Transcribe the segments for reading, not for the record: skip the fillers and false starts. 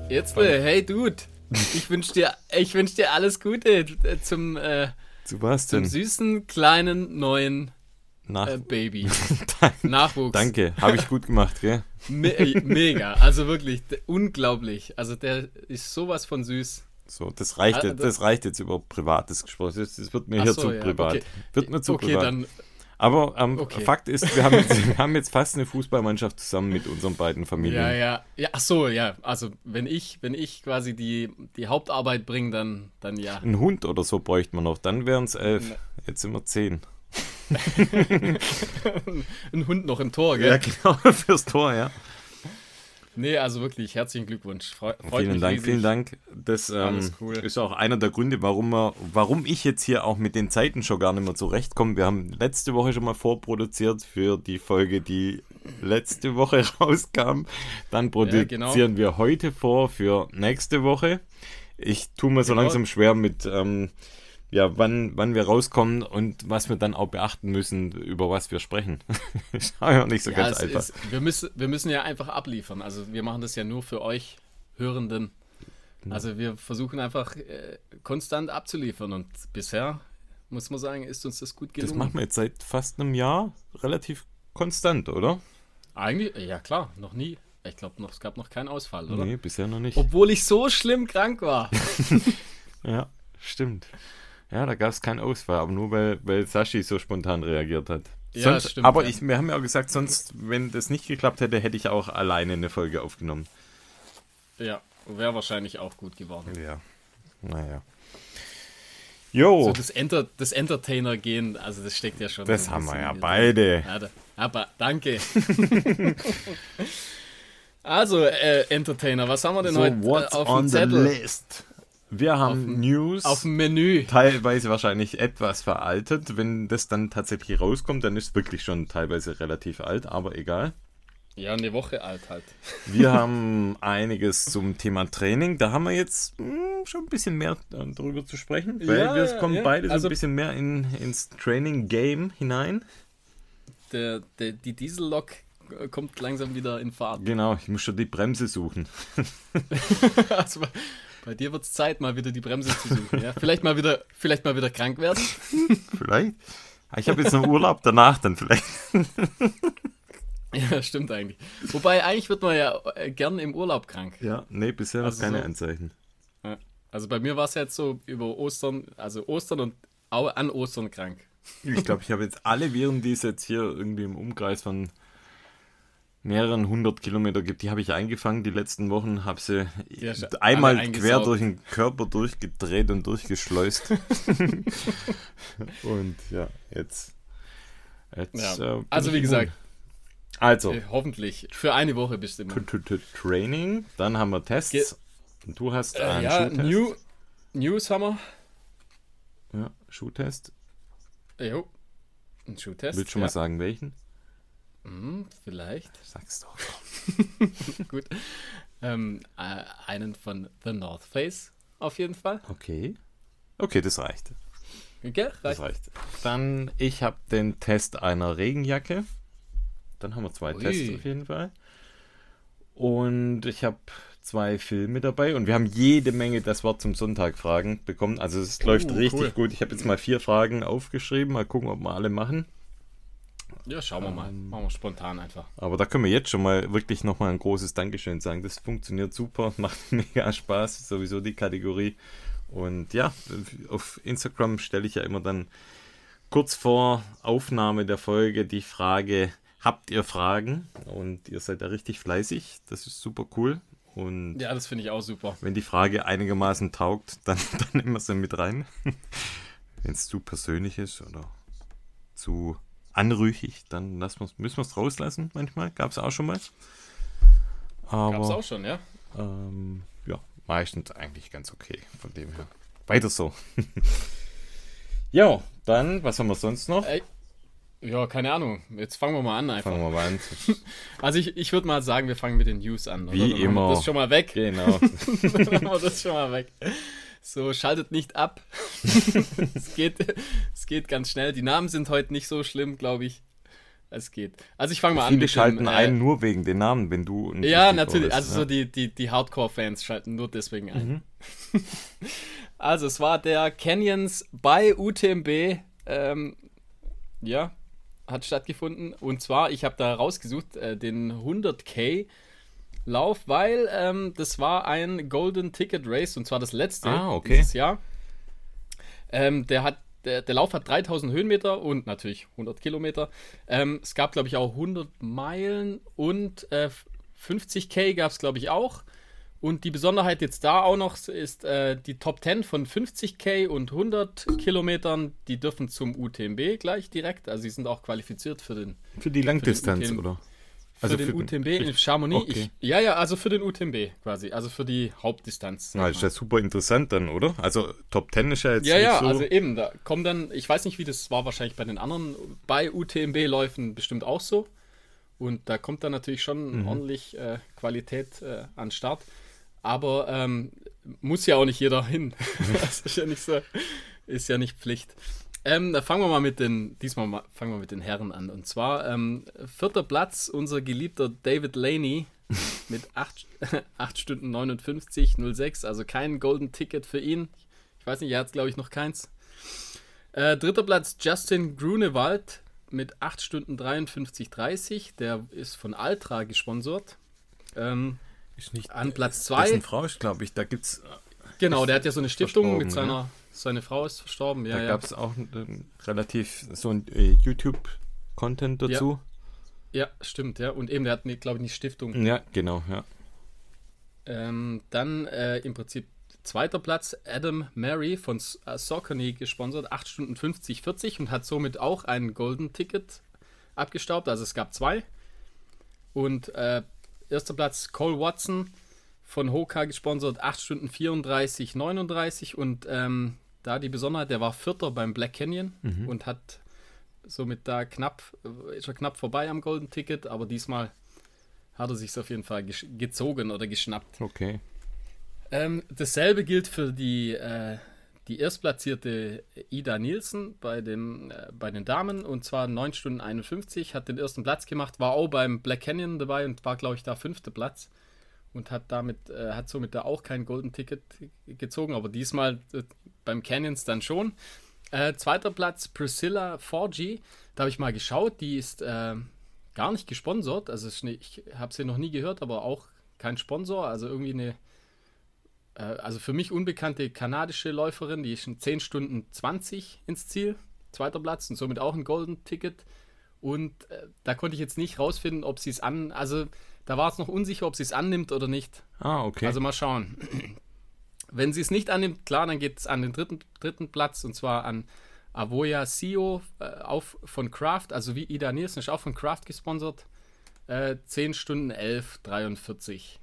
Jetzt, hey Dude, ich wünsch dir alles Gute zum Zu was denn? süßen, kleinen, neuen Baby. Nachwuchs. Danke, habe ich gut gemacht, gell? Mega, also wirklich unglaublich. Also der ist sowas von süß. So, das reicht jetzt über privates Gespräch. Das wird mir Ach hier so, zu ja, privat. okay. Wird mir zu Okay, privat. dann, Aber okay. Fakt ist, wir haben jetzt fast eine Fußballmannschaft zusammen mit unseren beiden Familien. Ja, ach so, ja. Also wenn ich quasi die Hauptarbeit bringe, dann ja. Ein Hund oder so bräuchte man noch, dann wären es 11. Jetzt sind wir 10. Ein Hund noch im Tor, gell? Ja, genau, fürs Tor, ja. Nee, also wirklich, herzlichen Glückwunsch. Freut Vielen mich Dank, riesig. vielen Dank. Das Alles cool. ist auch einer der Gründe, warum ich jetzt hier auch mit den Zeiten schon gar nicht mehr zurechtkomme. Wir haben letzte Woche schon mal vorproduziert für die Folge, die letzte Woche rauskam. Dann produzieren wir heute vor für nächste Woche. Ich tue mir so langsam schwer mit, wann wir rauskommen und was wir dann auch beachten müssen, über was wir sprechen. Ist auch nicht so ganz einfach. Wir müssen ja einfach abliefern. Also wir machen das ja nur für euch Hörenden. Also wir versuchen einfach konstant abzuliefern und bisher, muss man sagen, ist uns das gut gelungen. Das machen wir jetzt seit fast einem Jahr relativ konstant, oder? Eigentlich, ja klar, noch nie. Ich glaube, es gab noch keinen Ausfall, oder? Nee, bisher noch nicht. Obwohl ich so schlimm krank war. Ja, stimmt. Ja, da gab es keinen Ausfall, aber nur weil Sashi so spontan reagiert hat. Ja, stimmt. Aber wir haben ja auch gesagt, sonst, wenn das nicht geklappt hätte, hätte ich auch alleine eine Folge aufgenommen. Ja, wäre wahrscheinlich auch gut geworden. Ja, naja. Jo. So das Entertainer-Gehen, also das steckt ja schon. Das haben wir ja beide. Ja, aber danke. Also, Entertainer, was haben wir denn heute auf dem Zettel? List? Wir haben News. Auf dem Menü. Teilweise wahrscheinlich etwas veraltet. Wenn das dann tatsächlich rauskommt, dann ist es wirklich schon teilweise relativ alt, aber egal. Ja, eine Woche alt halt. Wir haben einiges zum Thema Training. Da haben wir jetzt schon ein bisschen mehr drüber zu sprechen, weil wir kommen beide so ein bisschen mehr ins Training-Game hinein. Die Diesellok kommt langsam wieder in Fahrt. Genau, ich muss schon die Bremse suchen. Also, bei dir wird es Zeit, mal wieder die Bremse zu suchen. Ja? Vielleicht mal wieder krank werden. Vielleicht. Ich habe jetzt noch Urlaub, danach dann vielleicht. Ja, stimmt eigentlich. Wobei, eigentlich wird man ja gern im Urlaub krank. Ja, nee, bisher noch keine Anzeichen. Ja. Also bei mir war es jetzt so über Ostern, also Ostern und auch an Ostern krank. Ich glaube, ich habe jetzt alle Viren, die es jetzt hier irgendwie im Umkreis von mehreren 100 Kilometer gibt, die habe ich eingefangen die letzten Wochen, habe sie einmal quer durch den Körper durchgedreht und durchgeschleust. Und ja, jetzt also wie gesagt, hoffentlich für eine Woche bestimmt. Training, dann haben wir Tests. Und du hast einen Schuhtest. News haben wir. Ja, Schuhtest. Jo, ein Schuhtest. Willst du schon mal sagen, welchen? Vielleicht. Sag's doch. Gut. Einen von The North Face auf jeden Fall. Okay, das reicht. Okay, das reicht. Dann, ich habe den Test einer Regenjacke. Dann haben wir 2 Tests auf jeden Fall. Und ich habe 2 Filme dabei. Und wir haben jede Menge das Wort zum Sonntag Fragen bekommen. Also es läuft richtig gut. Ich habe jetzt mal 4 Fragen aufgeschrieben. Mal gucken, ob wir alle machen. Ja, schauen wir mal. Machen wir spontan einfach. Aber da können wir jetzt schon mal wirklich nochmal ein großes Dankeschön sagen. Das funktioniert super, macht mega Spaß, sowieso die Kategorie. Und ja, auf Instagram stelle ich ja immer dann kurz vor Aufnahme der Folge die Frage, habt ihr Fragen? Und ihr seid da richtig fleißig, das ist super cool. Und ja, das finde ich auch super. Wenn die Frage einigermaßen taugt, dann nehmen wir sie mit rein. Wenn es zu persönlich ist oder zu anrüchig, dann müssen wir es rauslassen manchmal. Gab es auch schon mal. Gab es auch schon, ja? Ja, meistens eigentlich ganz okay. Von dem her. Weiter so. Ja, dann, was haben wir sonst noch? Ja, keine Ahnung. Jetzt fangen wir mal an einfach. Fangen wir mal an. Also ich würde mal sagen, wir fangen mit den News an. Wie dann immer. Haben wir das schon mal weg. Genau. Dann haben wir das schon mal weg. So, schaltet nicht ab. Es geht ganz schnell. Die Namen sind heute nicht so schlimm, glaube ich. Es geht. Also ich fange mal an Viele mit schalten dem, ein nur wegen den Namen, wenn du... Ja, natürlich. Also so die Hardcore-Fans schalten nur deswegen ein. Also es war der Canyons bei UTMB, hat stattgefunden. Und zwar, ich habe da rausgesucht, den 100K Lauf, weil das war ein Golden Ticket Race und zwar das letzte dieses Jahr. Der Lauf hat 3000 Höhenmeter und natürlich 100 Kilometer. Es gab, glaube ich, auch 100 Meilen und 50K gab es, glaube ich, auch. Und die Besonderheit jetzt da auch noch ist, die Top 10 von 50K und 100 Kilometern, die dürfen zum UTMB gleich direkt. Also sie sind auch qualifiziert für die Langdistanz, oder? Also für den UTMB in Chamonix. Okay. Also für den UTMB quasi. Also für die Hauptdistanz. Ja, ist ja super interessant dann, oder? Also Top 10 ist ja jetzt nicht so... also eben, da kommen dann, ich weiß nicht, wie das war, wahrscheinlich bei den anderen, bei UTMB-Läufen bestimmt auch so. Und da kommt dann natürlich schon ordentlich Qualität an den Start. Aber muss ja auch nicht jeder hin. Das ist ja nicht so, ist ja nicht Pflicht. Da fangen wir mal mit den Herren an. Und zwar 4. Platz, unser geliebter David Laney mit 8 Stunden 59,06. Also kein Golden Ticket für ihn. Ich weiß nicht, er hat glaube ich noch keins. 3. Platz, Justin Grunewald mit 8 Stunden 53,30. Der ist von Altra gesponsert. ist nicht an Platz 2. Dessen Frau ist, glaube ich, da gibt's... Genau, der hat ja so eine Stiftung mit seine Frau ist verstorben. Da gab es auch relativ so ein YouTube-Content dazu. Ja, stimmt, ja. Und eben, der hat, glaube ich, eine Stiftung. Ja, genau, ja. Dann im Prinzip 2. Platz, Adam Mary von Saucony gesponsert, 8 Stunden 50,40 und hat somit auch ein Golden Ticket abgestaubt. Also es gab 2. Und 1. Platz, Cole Watson von Hoka gesponsert, 8 Stunden 34,39 und da die Besonderheit, der war 4. beim Black Canyon und hat somit da ist er knapp vorbei am Golden Ticket, aber diesmal hat er sich auf jeden Fall gezogen oder geschnappt. Okay. Dasselbe gilt für die erstplatzierte Ida Nielsen bei den Damen und zwar 9 Stunden 51, hat den ersten Platz gemacht, war auch beim Black Canyon dabei und war, glaube ich, da 5. Platz. Und hat somit da auch kein Golden Ticket gezogen, aber diesmal beim Canyons dann schon. 2. Platz Priscilla Forgy, da habe ich mal geschaut, die ist gar nicht gesponsert, also ich habe sie noch nie gehört, aber auch kein Sponsor, also irgendwie eine, also für mich unbekannte kanadische Läuferin, die ist in 10 Stunden 20 ins Ziel, 2. Platz und somit auch ein Golden Ticket und da konnte ich jetzt nicht rausfinden, ob sie es da war es noch unsicher, ob sie es annimmt oder nicht. Okay. Also mal schauen. Wenn sie es nicht annimmt, klar, dann geht es an den dritten Platz und zwar an Avoya Sio von Kraft, also wie Ida Nielsen ist auch von Kraft gesponsert. 10 Stunden 11,43.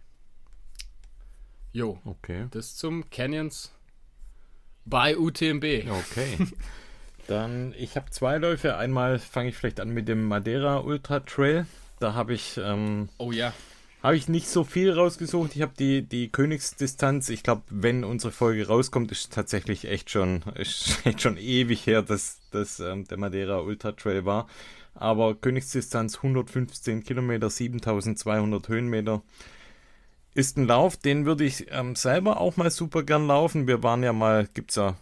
Jo. Okay. Das zum Canyons bei UTMB. Okay. Dann, ich habe 2 Läufe. Einmal fange ich vielleicht an mit dem Madeira Ultra Trail. Da habe ich habe ich nicht so viel rausgesucht. Ich habe die Königsdistanz, ich glaube, wenn unsere Folge rauskommt, ist tatsächlich echt schon ewig her, dass der Madeira Ultra Trail war. Aber Königsdistanz 115 Kilometer, 7200 Höhenmeter. Ist ein Lauf, den würde ich selber auch mal super gern laufen. Wir waren ja mal, ich glaube,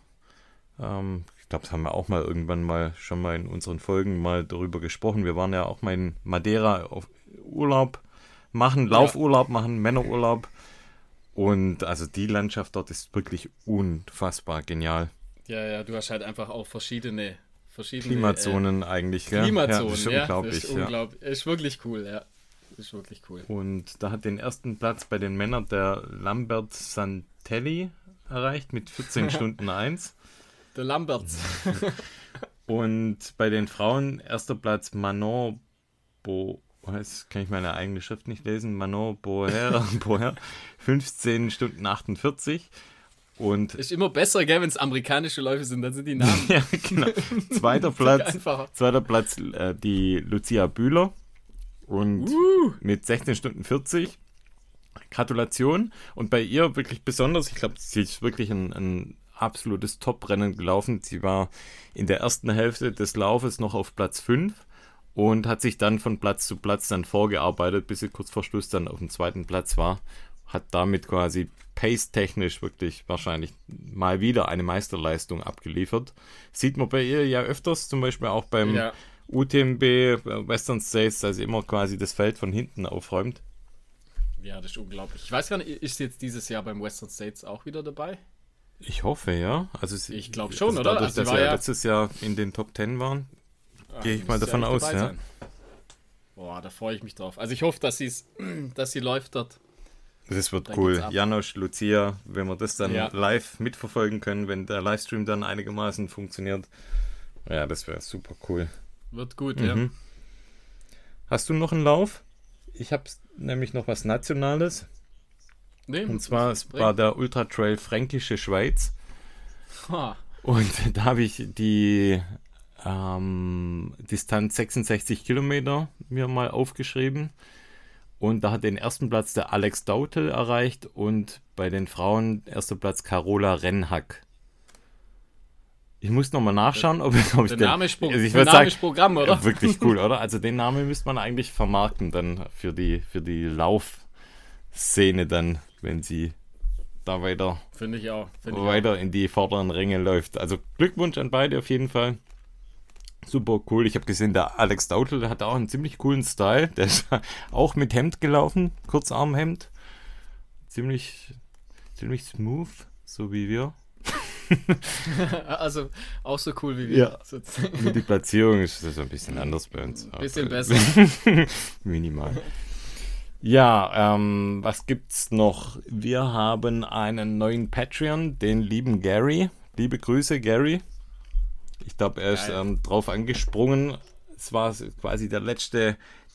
das haben wir auch mal irgendwann schon mal in unseren Folgen mal darüber gesprochen. Wir waren ja auch mal in Madeira auf Urlaub machen, Laufurlaub machen, Männerurlaub. Und also die Landschaft dort ist wirklich unfassbar genial. Ja, du hast halt einfach auch verschiedene Klimazonen eigentlich. Klimazonen, das ist unglaublich. Das ist unglaublich. Ist wirklich cool, ja. Ist wirklich cool. Und da hat den ersten Platz bei den Männern der Lambert Santelli erreicht mit 14 Stunden 1. Der Lamberts. Und bei den Frauen erster Platz Manon jetzt kann ich meine eigene Schrift nicht lesen. Manon Boher 15 Stunden 48. Und ist immer besser, gell, wenn es amerikanische Läufe sind, dann sind die Namen. Ja, genau. Zweiter Platz die Lucia Bühler und mit 16 Stunden 40. Gratulation. Und bei ihr wirklich besonders, ich glaube, sie ist wirklich ein absolutes Top-Rennen gelaufen. Sie war in der ersten Hälfte des Laufes noch auf Platz 5 und hat sich dann von Platz zu Platz dann vorgearbeitet, bis sie kurz vor Schluss dann auf dem zweiten Platz war. Hat damit quasi pace-technisch wirklich wahrscheinlich mal wieder eine Meisterleistung abgeliefert. Sieht man bei ihr ja öfters, zum Beispiel auch beim UTMB Western States, dass sie immer quasi das Feld von hinten aufräumt. Ja, das ist unglaublich. Ich weiß gar nicht, ist sie jetzt dieses Jahr beim Western States auch wieder dabei? Ich hoffe, ja. Also ich glaube schon, oder? Dadurch, dass sie letztes Jahr in den Top 10 waren, gehe ich mal davon aus. Ja. Sein. Boah, da freue ich mich drauf. Also ich hoffe, dass sie läuft dort. Das wird cool. Janosch, Lucia, wenn wir das dann live mitverfolgen können, wenn der Livestream dann einigermaßen funktioniert. Ja, das wäre super cool. Wird gut, ja. Hast du noch einen Lauf? Ich habe nämlich noch was Nationales. Nee, und zwar war der Ultra Trail Fränkische Schweiz. Und da habe ich die Distanz 66 Kilometer mir mal aufgeschrieben. Und da hat den ersten Platz der Alex Dautel erreicht und bei den Frauen erster Platz Carola Rennhack. Ich muss nochmal nachschauen, ob ich der Name ist Programm, oder? Wirklich cool, oder? Also den Namen müsste man eigentlich vermarkten dann für die Laufszene dann, wenn sie da weiter in die vorderen Ränge läuft. Also Glückwunsch an beide auf jeden Fall. Super cool. Ich habe gesehen, der Alex Dautel, der hat auch einen ziemlich coolen Style. Der ist auch mit Hemd gelaufen, Kurzarmhemd. Ziemlich smooth, so wie wir. Also auch so cool wie wir. Ja. Nur die Platzierung ist so ein bisschen anders bei uns. Ein bisschen besser. Minimal. Ja, was gibt's noch? Wir haben einen neuen Patreon, den lieben Gary. Liebe Grüße, Gary. Ich glaube, er ist drauf angesprungen. Es war quasi der letzte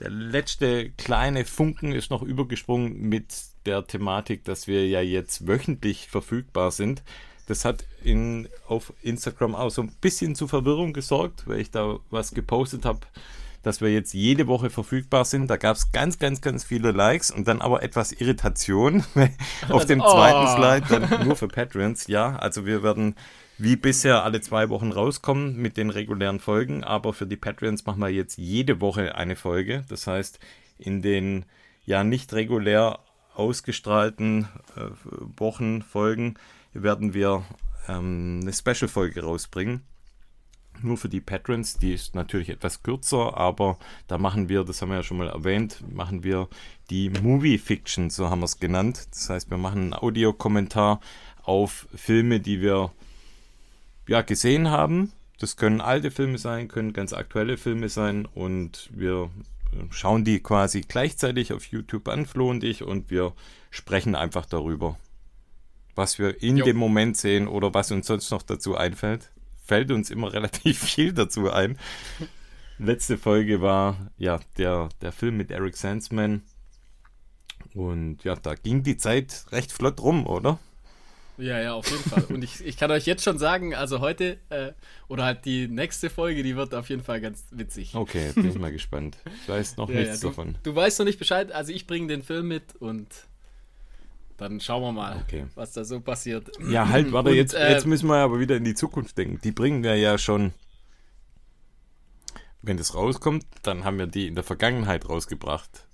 kleine Funken ist noch übergesprungen mit der Thematik, dass wir ja jetzt wöchentlich verfügbar sind. Das hat auf Instagram auch so ein bisschen zu Verwirrung gesorgt, weil ich da was gepostet habe, dass wir jetzt jede Woche verfügbar sind. Da gab es ganz, ganz, ganz viele Likes und dann aber etwas Irritation auf dem zweiten Slide, dann nur für Patreons. Ja, also wir werden wie bisher alle 2 Wochen rauskommen mit den regulären Folgen, aber für die Patreons machen wir jetzt jede Woche eine Folge. Das heißt, in den ja nicht regulär ausgestrahlten Wochenfolgen werden wir eine Special-Folge rausbringen. Nur für die Patrons, die ist natürlich etwas kürzer, aber da machen wir, das haben wir ja schon mal erwähnt, machen wir die Movie Fiction, so haben wir es genannt. Das heißt, wir machen einen Audiokommentar auf Filme, die wir gesehen haben. Das können alte Filme sein, können ganz aktuelle Filme sein und wir schauen die quasi gleichzeitig auf YouTube an, Flo und ich, und wir sprechen einfach darüber, was wir in dem Moment sehen oder was uns sonst noch dazu einfällt. Fällt uns immer relativ viel dazu ein. Letzte Folge war der Film mit Eric Sandsman und da ging die Zeit recht flott rum, oder? Ja, auf jeden Fall. Und ich kann euch jetzt schon sagen, also heute oder halt die nächste Folge, die wird auf jeden Fall ganz witzig. Okay, bin ich mal gespannt. Ich weiß noch nichts davon. Du weißt noch nicht Bescheid, also ich bringe den Film mit und dann schauen wir mal, was da so passiert. Ja, halt, warte, und, jetzt müssen wir aber wieder in die Zukunft denken. Die bringen wir ja schon, wenn das rauskommt, dann haben wir die in der Vergangenheit rausgebracht.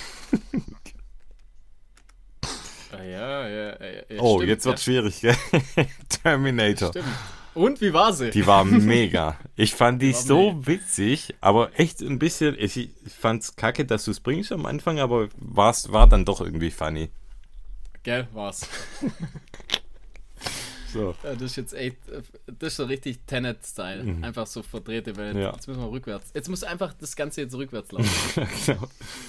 Ja, oh, stimmt, jetzt wird's schwierig, gell? Terminator. Stimmt. Und wie war sie? Die war mega. Ich fand die so witzig, aber echt ein bisschen, ich fand's kacke, dass du es bringst am Anfang, aber war dann doch irgendwie funny. Gell, war's. So. Ja, das ist jetzt echt, das ist so richtig Tenet-Style. Mhm. Einfach so verdrehte Welt. Ja. Jetzt müssen wir rückwärts. Jetzt muss einfach das Ganze jetzt rückwärts laufen. Genau.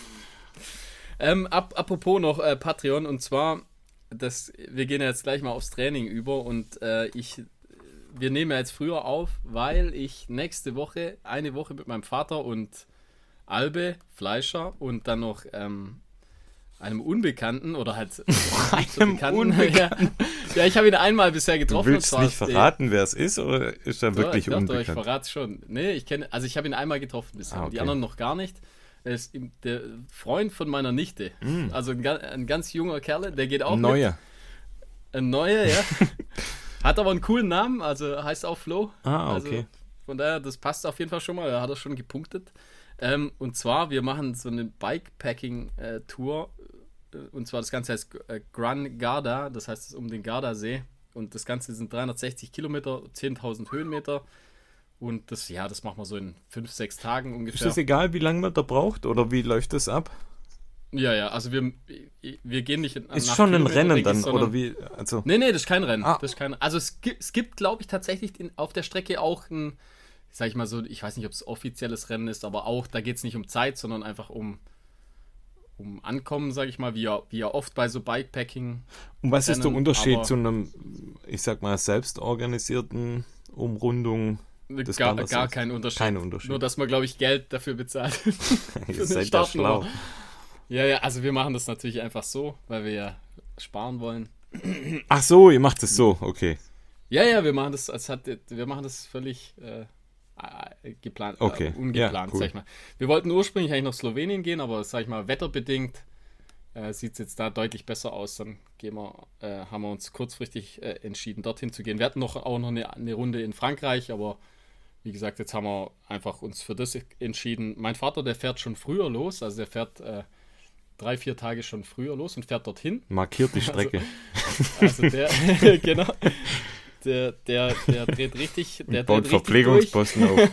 Apropos noch Patreon, und zwar, wir gehen jetzt gleich mal aufs Training über und wir nehmen ja jetzt früher auf, weil ich nächste Woche, eine Woche mit meinem Vater und Albe, Fleischer und dann noch einem Unbekannten oder halt einem Unbekannten. Ja, ich habe ihn einmal bisher getroffen. Du willst nicht verraten, wer es ist, oder ist er wirklich unbekannt? Ich verrate schon. Nee, ich habe ihn einmal getroffen bisher, okay. Die anderen noch gar nicht. Er ist der Freund von meiner Nichte. Also ein ganz junger Kerl, der geht auch Neuer. Ein Neuer, ja. Hat aber einen coolen Namen, also heißt auch Flo. Ah, okay. Also von daher, das passt auf jeden Fall schon mal, da hat er schon gepunktet. Und zwar, wir machen so eine Bikepacking-Tour. Und zwar das Ganze heißt Gran Garda, das heißt es ist um den Gardasee. Und das Ganze sind 360 Kilometer, 10.000 Höhenmeter. Und das machen wir so in 5-6 Tagen ungefähr. Ist das egal, wie lange man da braucht oder wie läuft das ab? Ja, also wir gehen nicht ist schon ein Rennen dann, oder wie? Also. Nee, das ist kein Rennen. Das ist kein, also es gibt, glaube ich, tatsächlich auf der Strecke auch ein, sag ich mal so, ich weiß nicht, ob es offizielles Rennen ist, aber auch, da geht es nicht um Zeit, sondern einfach um Ankommen, sage ich mal, wie ja oft bei so Bikepacking. Und was ist der Unterschied zu einem, ich sag mal, selbstorganisierten Umrundung? Gar kein Unterschied. Kein Unterschied. Nur, dass man, glaube ich, Geld dafür bezahlt. Ihr seid ja schlau. Ja, also wir machen das natürlich einfach so, weil wir ja sparen wollen. Ach so, ihr macht es so, okay. Ja, wir machen das völlig geplant, okay. ungeplant, cool. sag ich mal. Wir wollten ursprünglich eigentlich nach Slowenien gehen, aber sag ich mal, wetterbedingt sieht es jetzt da deutlich besser aus. Dann haben wir uns kurzfristig entschieden, dorthin zu gehen. Wir hatten auch noch eine Runde in Frankreich, aber wie gesagt, jetzt haben wir einfach uns für das entschieden. Mein Vater, der fährt schon früher los, also der fährt 3-4 Tage schon früher los und fährt dorthin. Markiert die Strecke. Also der, genau, der dreht richtig, der baut Verpflegungsposten auf.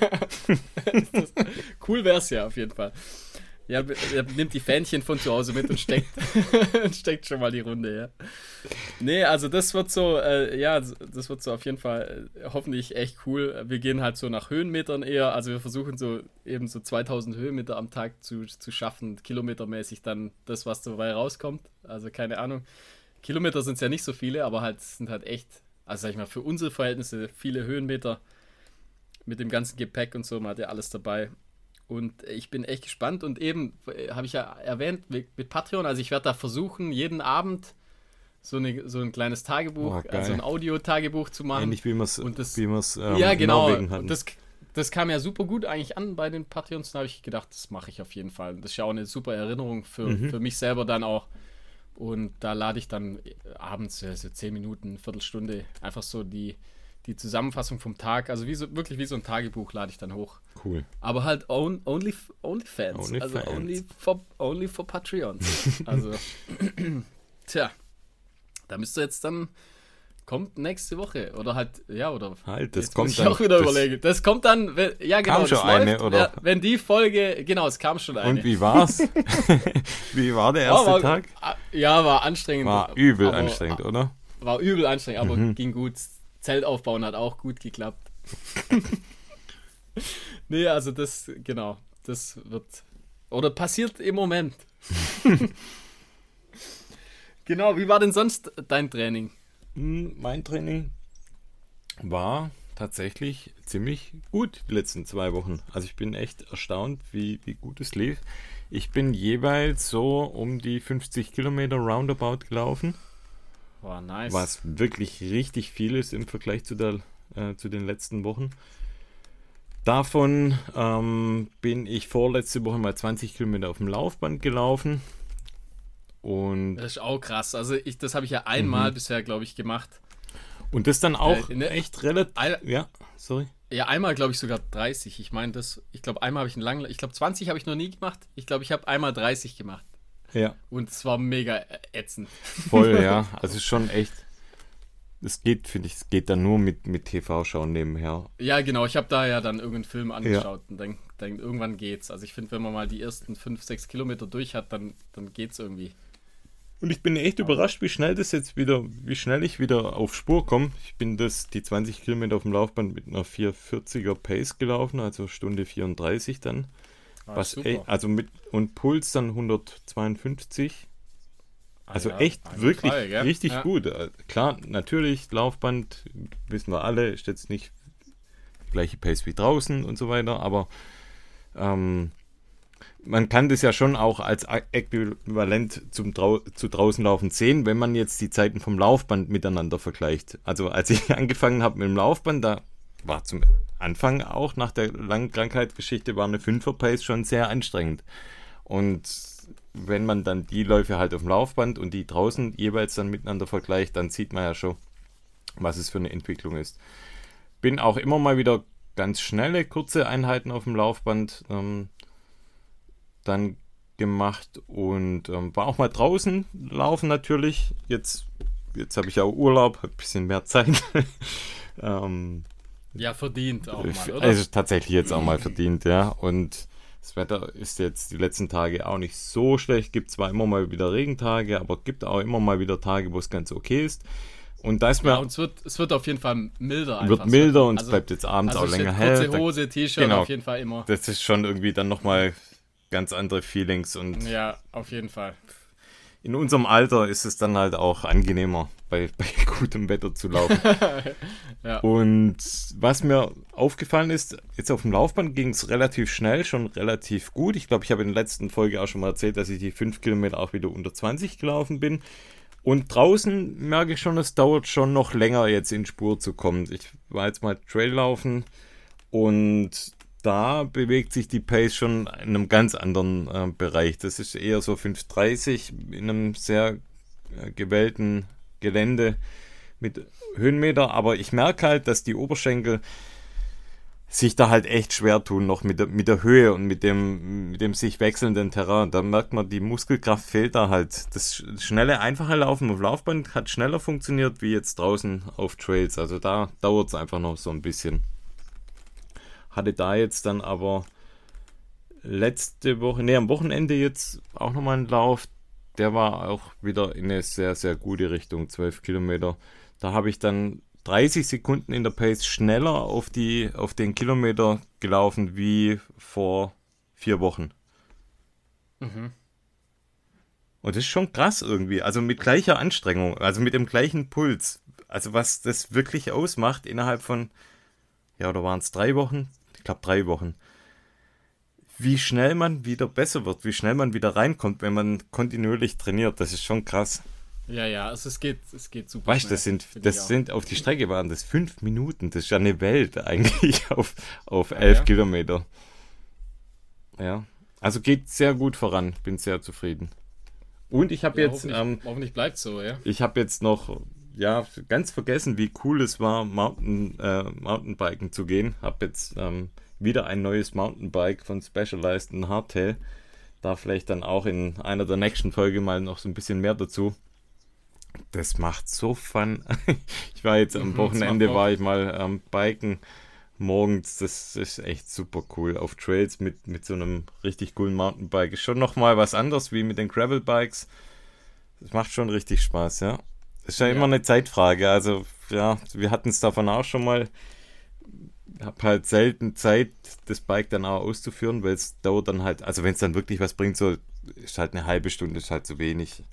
Cool wär's ja auf jeden Fall. Ja, er nimmt die Fähnchen von zu Hause mit und steckt schon mal die Runde, ja. Nee, also das wird so, das wird so auf jeden Fall hoffentlich echt cool. Wir gehen halt so nach Höhenmetern eher, also wir versuchen so 2000 Höhenmeter am Tag zu schaffen, kilometermäßig dann das, was dabei rauskommt. Also keine Ahnung. Kilometer sind es ja nicht so viele, aber halt sind halt echt, also sag ich mal, für unsere Verhältnisse viele Höhenmeter mit dem ganzen Gepäck und so, man hat ja alles dabei. Und ich bin echt gespannt und eben, habe ich ja erwähnt, mit Patreon, also ich werde da versuchen, jeden Abend so ein kleines Tagebuch, also ein Audio-Tagebuch zu machen. Ähnlich wie wir es ja, genau. in Norwegen hatten. Und das kam ja super gut eigentlich an bei den Patreons, da habe ich gedacht, das mache ich auf jeden Fall. Das ist ja auch eine super Erinnerung für mich selber dann auch. Und da lade ich dann abends so 10 Minuten, Viertelstunde, einfach so die Zusammenfassung vom Tag, also wirklich wie so ein Tagebuch lade ich dann hoch. Cool. Aber halt only Fans. Also only for Patreons. Also, tja, da müsst ihr jetzt dann, kommt nächste Woche oder halt, ja, oder halt, das jetzt kommt muss ich dann, auch wieder überlegen. Das kommt dann, ja genau, kam schon das eine, läuft, oder? ja, wenn die Folge, genau, es kam schon eine. Und wie war's? Wie war der erste Tag? Ja, war anstrengend. War übel anstrengend, oder? War übel anstrengend, aber ging gut. Zelt aufbauen hat auch gut geklappt. Nee, also das wird, oder passiert im Moment. Genau, wie war denn sonst dein Training? Mein Training war tatsächlich ziemlich gut die letzten 2 Wochen. Also ich bin echt erstaunt, wie gut es lief. Ich bin jeweils so um die 50 Kilometer roundabout gelaufen. Wow, nice. Was wirklich richtig viel ist im Vergleich zu den letzten Wochen. Davon bin ich vorletzte Woche mal 20 Kilometer auf dem Laufband gelaufen. Und das ist auch krass. Also das habe ich ja einmal bisher, glaube ich, gemacht. Und das dann auch echt relativ... Ja, sorry. Ja, einmal glaube ich sogar 30. Ich meine, ich glaube einmal habe ich 20 habe ich noch nie gemacht. Ich glaube, ich habe einmal 30 gemacht. Ja. Und es war mega ätzend. Voll, ja. Also schon echt. Es geht dann nur mit TV-Schauen nebenher. Ja, genau. Ich habe da ja dann irgendeinen Film angeschaut und dann irgendwann geht's. Also ich finde, wenn man mal die ersten 5-6 Kilometer durch hat, dann geht's irgendwie. Und ich bin echt überrascht, wie schnell ich wieder auf Spur komme. Ich bin die 20 Kilometer auf dem Laufband mit einer 440er Pace gelaufen, also Stunde 34 dann. Also und Puls dann 152. Also ja, echt wirklich richtig gut. Klar, natürlich, Laufband, wissen wir alle, ist jetzt nicht die gleiche Pace wie draußen und so weiter, aber man kann das ja schon auch als Äquivalent zu draußen laufen sehen, wenn man jetzt die Zeiten vom Laufband miteinander vergleicht. Also als ich angefangen habe mit dem Laufband, da war zum Anfang auch nach der langen Krankheitsgeschichte war eine 5er-Pace schon sehr anstrengend. Und wenn man dann die Läufe halt auf dem Laufband und die draußen jeweils dann miteinander vergleicht, dann sieht man ja schon, was es für eine Entwicklung ist. Bin auch immer mal wieder ganz schnelle, kurze Einheiten auf dem Laufband dann gemacht und war auch mal draußen laufen natürlich. Jetzt habe ich auch Urlaub, habe ein bisschen mehr Zeit. Ja, verdient auch mal, oder? Also tatsächlich jetzt auch mal verdient, ja. Und das Wetter ist jetzt die letzten Tage auch nicht so schlecht. Gibt zwar immer mal wieder Regentage, aber gibt auch immer mal wieder Tage, wo es ganz okay ist. Und da ist mir. Ja, und es wird auf jeden Fall milder einfach. Wird milder und es bleibt jetzt abends auch länger hell. Kurze Hose, T-Shirt genau, auf jeden Fall immer. Das ist schon irgendwie dann nochmal ganz andere Feelings. Und ja, auf jeden Fall. in unserem Alter ist es dann halt auch angenehmer, bei gutem Wetter zu laufen. Ja. Und was mir aufgefallen ist, jetzt auf dem Laufband ging es relativ schnell, schon relativ gut. Ich glaube, ich habe in der letzten Folge auch schon mal erzählt, dass ich die 5 Kilometer auch wieder unter 20 gelaufen bin. Und draußen merke ich schon, es dauert schon noch länger, jetzt in Spur zu kommen. Ich war jetzt mal Trail laufen und da bewegt sich die Pace schon in einem ganz anderen Bereich. Das ist eher so 5,30 in einem sehr gewellten Gelände mit Höhenmeter. Aber ich merke halt, dass die Oberschenkel sich da halt echt schwer tun, noch mit der Höhe und mit dem sich wechselnden Terrain. Da merkt man, die Muskelkraft fehlt da halt. Das schnelle, einfache Laufen auf Laufband hat schneller funktioniert, wie jetzt draußen auf Trails. Also da dauert es einfach noch so ein bisschen. Hatte da jetzt dann aber am Wochenende jetzt auch nochmal einen Lauf. Der war auch wieder in eine sehr, sehr gute Richtung, 12 Kilometer. Da habe ich dann 30 Sekunden in der Pace schneller auf den Kilometer gelaufen wie vor 4 Wochen. Mhm. Und das ist schon krass irgendwie. Also mit gleicher Anstrengung, also mit dem gleichen Puls. Also was das wirklich ausmacht innerhalb von, ja, oder waren es 3 Wochen? Ich glaube 3 Wochen. Wie schnell man wieder besser wird, wie schnell man wieder reinkommt, wenn man kontinuierlich trainiert. Das ist schon krass. Ja, also es geht super. Weißt du, das sind auf die Strecke waren das 5 Minuten. Das ist ja eine Welt eigentlich auf 11 Kilometer. Ja, also geht sehr gut voran. Bin sehr zufrieden. Und ich habe jetzt... hoffentlich bleibt so, ja. Ich habe jetzt noch ganz vergessen, wie cool es war, Mountainbiken zu gehen. Habe jetzt wieder ein neues Mountainbike von Specialized, ein Hardtail. Da vielleicht dann auch in einer der nächsten Folgen mal noch so ein bisschen mehr dazu. Das macht so Fun. Ich war jetzt am Wochenende, war ich mal biken morgens. Das ist echt super cool. Auf Trails mit so einem richtig coolen Mountainbike. Ist schon nochmal was anderes wie mit den Gravelbikes. Das macht schon richtig Spaß, ja. Ist ja immer eine Zeitfrage. Also, ja, wir hatten es davon auch schon mal. Ich habe halt selten Zeit, das Bike dann auch auszuführen, weil es dauert dann halt, also wenn es dann wirklich was bringt, so ist halt eine halbe Stunde, ist halt zu wenig.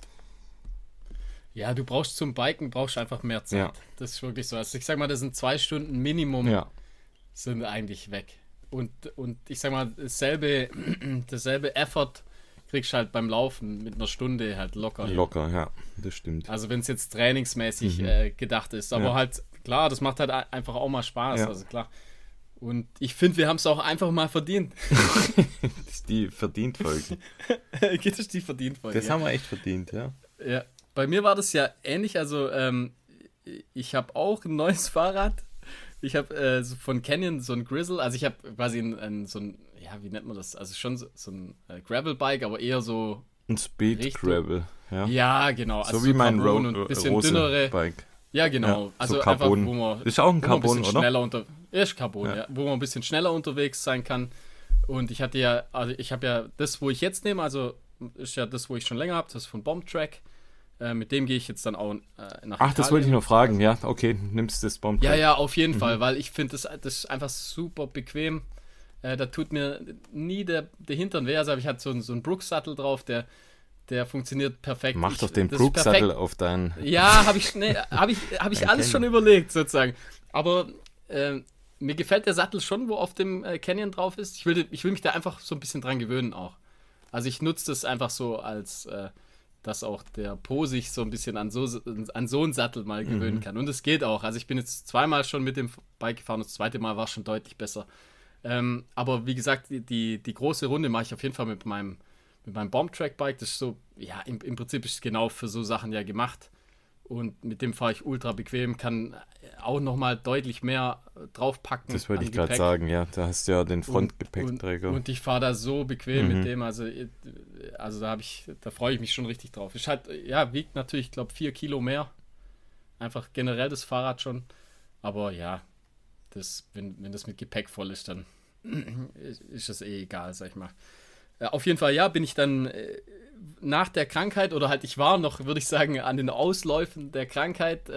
Ja, du brauchst zum Biken einfach mehr Zeit. Ja. Das ist wirklich so. Also ich sag mal, das sind 2 Stunden Minimum, sind eigentlich weg. Und ich sag mal, dasselbe Effort kriegst du halt beim Laufen mit einer Stunde halt locker hin. Locker, ja, das stimmt. Also wenn es jetzt trainingsmäßig gedacht ist. Aber halt, klar, das macht halt einfach auch mal Spaß. Ja. Also klar. Und ich finde, wir haben es auch einfach mal verdient. Das ist die Verdient-Folge. Das ist die Verdient-Folge. Das haben wir echt verdient, ja. Ja. Bei mir war das ja ähnlich. Also ich habe auch ein neues Fahrrad. Ich habe von Canyon so ein Grizzle. Also ich habe quasi so ein, ja, wie nennt man das? Also schon so ein Gravel-Bike, aber eher so... Ein Speed-Gravel, ja. Ja, genau. Also so wie mein dünnere Bike. Ja, genau. Ja, also so Carbon. einfach, wo man... Ist auch ein Carbon, oder? Ist Carbon, ja. Wo man ein bisschen schneller unterwegs sein kann. Und ich habe ja das, wo ich jetzt nehme, also ist ja das, wo ich schon länger habe, das ist von Bombtrack. Mit dem gehe ich jetzt dann auch nach Italien. Ach, das wollte ich noch fragen, ja. Okay, nimmst du das Bombtrack. Ja, auf jeden Fall, weil ich finde, das ist einfach super bequem. Da tut mir nie der Hintern weh. Also ich hatte so einen Brooks-Sattel drauf, der funktioniert perfekt. Mach doch den Brooks-Sattel auf deinen... Ja, habe ich alles schon überlegt, sozusagen. Aber mir gefällt der Sattel schon, wo auf dem Canyon drauf ist. Ich will mich da einfach so ein bisschen dran gewöhnen auch. Also ich nutze das einfach so als... dass auch der Po sich so ein bisschen an so einen Sattel mal gewöhnen kann. Und es geht auch. Also ich bin jetzt 2-mal schon mit dem Bike gefahren und das 2. Mal war schon deutlich besser. Aber wie gesagt, die große Runde mache ich auf jeden Fall mit meinem Bombtrack-Bike. Das ist so, ja, im Prinzip ist es genau für so Sachen ja gemacht. und mit dem fahre ich ultra bequem, kann auch nochmal deutlich mehr draufpacken. Das wollte ich gerade sagen, ja. Da hast du ja den Frontgepäckträger. Und ich fahre da so bequem mit dem, also da freue ich mich schon richtig drauf. Ist halt, ja, wiegt natürlich, ich glaube, 4 Kilo mehr. Einfach generell das Fahrrad schon. Aber ja, wenn das mit Gepäck voll ist, dann ist es egal, sag ich mal. Auf jeden Fall, ja, bin ich dann nach der Krankheit, oder halt ich war noch, würde ich sagen, an den Ausläufen der Krankheit,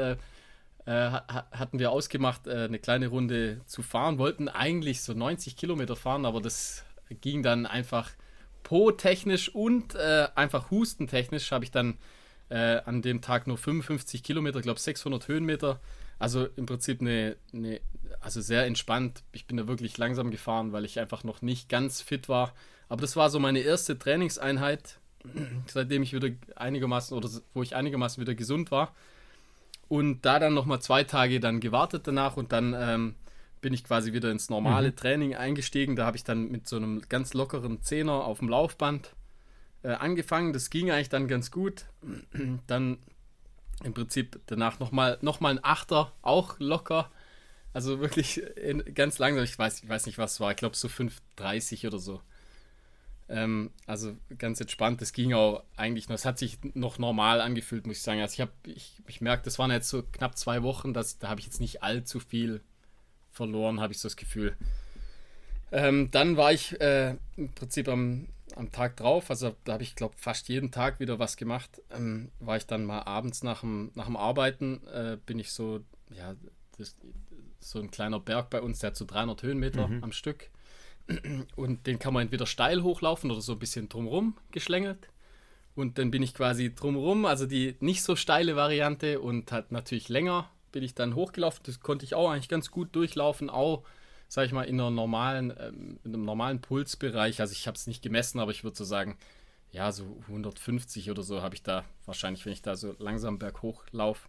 hatten wir ausgemacht, eine kleine Runde zu fahren, wollten eigentlich so 90 Kilometer fahren, aber das ging dann einfach po-technisch und einfach hustentechnisch habe ich dann an dem Tag nur 55 Kilometer, ich glaube 600 Höhenmeter, also im Prinzip also sehr entspannt. Ich bin da wirklich langsam gefahren, weil ich einfach noch nicht ganz fit war, aber das war so meine erste Trainingseinheit, seitdem ich wieder einigermaßen, oder wo ich einigermaßen wieder gesund war. Und da dann nochmal 2 Tage dann gewartet danach und dann bin ich quasi wieder ins normale Training eingestiegen. Da habe ich dann mit so einem ganz lockeren Zehner auf dem Laufband angefangen. Das ging eigentlich dann ganz gut. Dann im Prinzip danach nochmal ein Achter, auch locker. Also wirklich ganz langsam. Ich weiß nicht, was es war. Ich glaube so 5,30 oder so. Also ganz entspannt. Das ging auch eigentlich noch. Es hat sich noch normal angefühlt, muss ich sagen. Also ich merke, das waren jetzt so knapp 2 Wochen. Da habe ich jetzt nicht allzu viel verloren, habe ich so das Gefühl. Dann war ich im Prinzip am Tag drauf, also da habe ich, glaube fast jeden Tag wieder was gemacht. War ich dann mal abends nach dem Arbeiten, bin ich so, ja, so ein kleiner Berg bei uns, der hat so 300 Höhenmeter am Stück. Und den kann man entweder steil hochlaufen oder so ein bisschen drumherum geschlängelt. Und dann bin ich quasi drumherum, also die nicht so steile Variante und halt natürlich länger, bin ich dann hochgelaufen. Das konnte ich auch eigentlich ganz gut durchlaufen, auch, sag ich mal, in einem normalen Pulsbereich. Also ich habe es nicht gemessen, aber ich würde so sagen, ja, so 150 oder so habe ich da wahrscheinlich, wenn ich da so langsam berghoch laufe.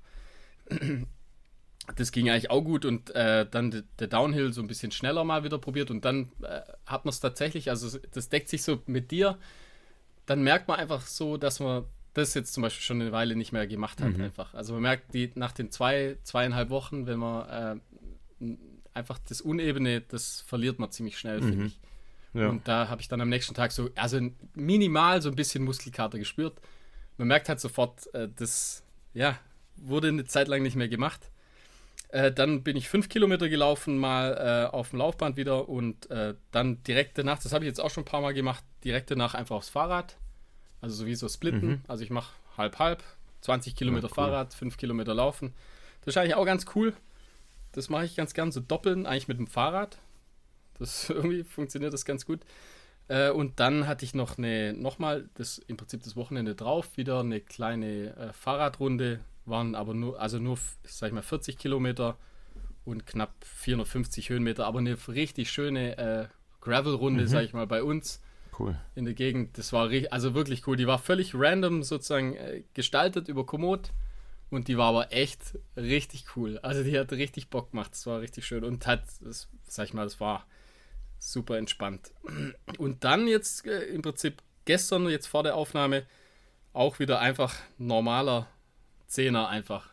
Das ging eigentlich auch gut und dann der Downhill so ein bisschen schneller mal wieder probiert und dann hat man es tatsächlich, also das deckt sich so mit dir, dann merkt man einfach so, dass man das jetzt zum Beispiel schon eine Weile nicht mehr gemacht hat einfach. Also man merkt, nach den 2,5 Wochen, wenn man einfach das Unebene, das verliert man ziemlich schnell, finde ich. Ja. Und da habe ich dann am nächsten Tag so, also minimal so ein bisschen Muskelkater gespürt. Man merkt halt sofort, das, ja, wurde eine Zeit lang nicht mehr gemacht. Dann bin ich 5 Kilometer gelaufen, mal auf dem Laufband wieder und dann direkt danach, das habe ich jetzt auch schon ein paar Mal gemacht, direkt danach einfach aufs Fahrrad. Also sowieso splitten. Also ich mache halb, 20 Kilometer cool. Fahrrad, 5 Kilometer laufen. Das ist eigentlich auch ganz cool. Das mache ich ganz gern, so doppeln, eigentlich mit dem Fahrrad. Irgendwie funktioniert das ganz gut. Und dann hatte ich nochmal im Prinzip das Wochenende drauf, wieder eine kleine Fahrradrunde. Waren aber nur, sag ich mal, 40 Kilometer und knapp 450 Höhenmeter, aber eine richtig schöne Gravel-Runde, sag ich mal, bei uns. Cool. In der Gegend. Das war also wirklich cool. Die war völlig random sozusagen gestaltet über Komoot und die war aber echt richtig cool. Also die hat richtig Bock gemacht. Das war richtig schön und das war super entspannt. Und dann jetzt im Prinzip gestern, jetzt vor der Aufnahme, auch wieder einfach normaler Zehner einfach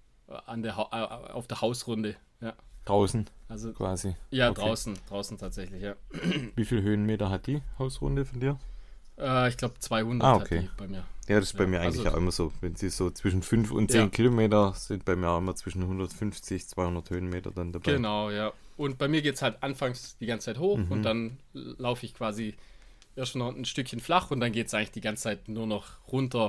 auf der Hausrunde. Ja. Draußen, also quasi. Ja, okay. Draußen tatsächlich, ja. Wie viele Höhenmeter hat die Hausrunde von dir? Ich glaube 200 okay. Hat die bei mir. Ja, das ist bei mir eigentlich auch immer so. Wenn sie so zwischen 5 und 10 Kilometer sind, bei mir auch immer zwischen 150, 200 Höhenmeter dann dabei. Genau, ja. Und bei mir geht es halt anfangs die ganze Zeit hoch und dann laufe ich quasi erst noch ein Stückchen flach und dann geht es eigentlich die ganze Zeit nur noch runter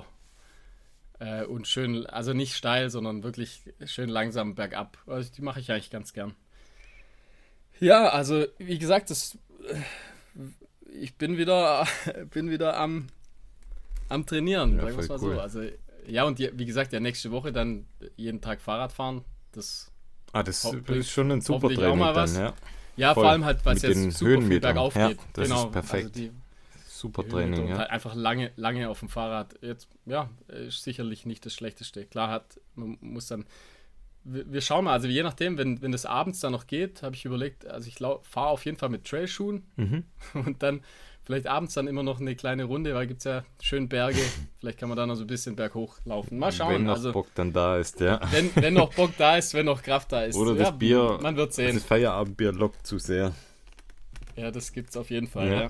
und schön, also nicht steil, sondern wirklich schön langsam bergab. Also die mache ich eigentlich ganz gern. Ja, also wie gesagt, ich bin wieder am Trainieren, sagen wir es mal cool. So. Also, ja, und wie gesagt, ja, nächste Woche dann jeden Tag Fahrrad fahren. Das ist schon ein super Training dann, ja. Ja, voll. Vor allem halt, weil es jetzt super viel bergauf geht. Ja, das ist perfekt. Also super Training, ja. Halt einfach lange auf dem Fahrrad. Jetzt, ja, ist sicherlich nicht das Schlechteste. Klar man muss dann, wir schauen mal, also je nachdem, wenn das abends dann noch geht, habe ich überlegt, also ich fahre auf jeden Fall mit Trailschuhen und dann Vielleicht abends dann immer noch eine kleine Runde, weil gibt es ja schön Berge. Vielleicht kann man da noch so ein bisschen berghoch laufen. Mal schauen. Wenn noch Bock dann da ist, ja. Wenn noch Bock da ist, wenn noch Kraft da ist. Oder das Bier, man wird sehen. das Feierabendbier lockt zu sehr. Ja, das gibt's auf jeden Fall,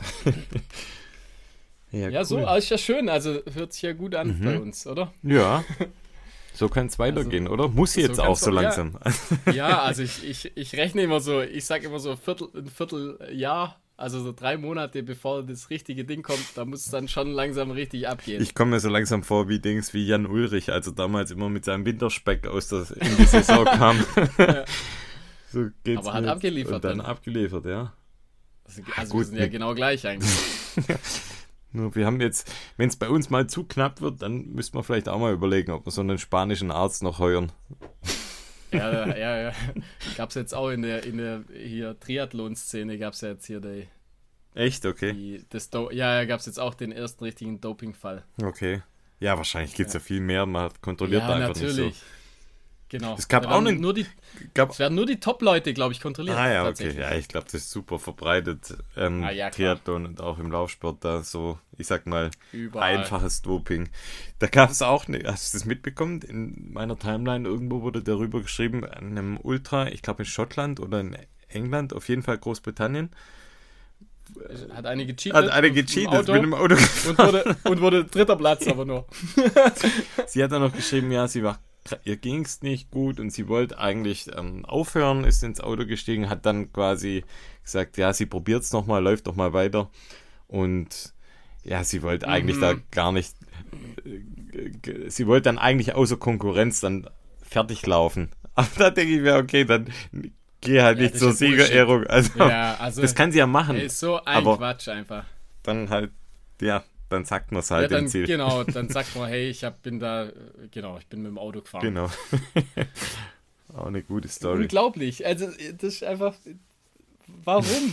ja. Ja, So, cool. ist ja schön. Also hört sich ja gut an bei uns, oder? Ja, so kann es weitergehen, oder? Muss jetzt auch so langsam. Ja, also ich rechne immer so, ich sage immer so ein Vierteljahr, also so 3 Monate, bevor das richtige Ding kommt, da muss es dann schon langsam richtig abgehen. Ich komme mir so langsam vor wie Jan Ulrich, also damals immer mit seinem Winterspeck in die Saison kam. Ja. So geht's Aber hat abgeliefert. Und dann abgeliefert, ja. Also gut, wir sind ja genau gleich eigentlich. Nur wir haben jetzt, wenn es bei uns mal zu knapp wird, dann müssten wir vielleicht auch mal überlegen, ob wir so einen spanischen Arzt noch heuern. Ja. Gab es jetzt auch in der hier Triathlon-Szene, gab es ja jetzt hier Echt? Okay. Gab es jetzt auch den ersten richtigen Dopingfall. Okay. Ja, wahrscheinlich gibt es ja viel mehr, man kontrolliert da einfach natürlich. nicht so. Genau. Es gab auch einen. Es werden nur die Top-Leute, glaube ich, kontrolliert. Ah ja, okay. Ja, ich glaube, das ist super verbreitet. Triathlon und auch im Laufsport da so, ich sag mal, überall. Einfaches Doping. Da gab es auch, hast du das mitbekommen? In meiner Timeline irgendwo wurde darüber geschrieben, an einem Ultra, ich glaube in Schottland oder in England, auf jeden Fall Großbritannien. Hat eine gecheatet. Mit dem Auto und wurde 3. Platz, aber nur. Sie hat dann noch geschrieben, ja, ihr ging es nicht gut und sie wollte eigentlich aufhören, ist ins Auto gestiegen, hat dann quasi gesagt, ja, sie probiert es nochmal, läuft doch mal weiter. Und ja, sie wollte eigentlich da gar nicht, sie wollte dann eigentlich außer Konkurrenz dann fertig laufen. Aber da denke ich mir, okay, dann geh halt nicht zur Siegerehrung. Also, das kann sie ja machen. Ist so ein Quatsch einfach. Dann halt, ja, dann sagt man es halt im Ziel. Genau, dann sagt man, hey, ich bin mit dem Auto gefahren. Genau. Auch eine gute Story. Unglaublich. Also, das ist einfach, warum?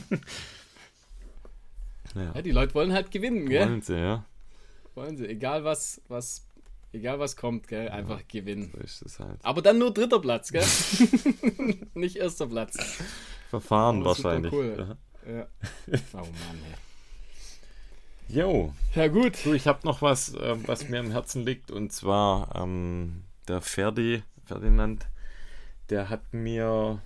Ja, die Leute wollen halt gewinnen, gell? Wollen sie, ja. Wollen sie, egal was kommt, gell? Einfach gewinnen. So ist es halt. Aber dann nur 3. Platz, gell? Nicht 1. Platz. Verfahren wahrscheinlich. Cool. Ja. Oh Mann, ey. Jo. Ja, gut. So, ich habe noch was mir am Herzen liegt, und zwar der Ferdinand, der hat mir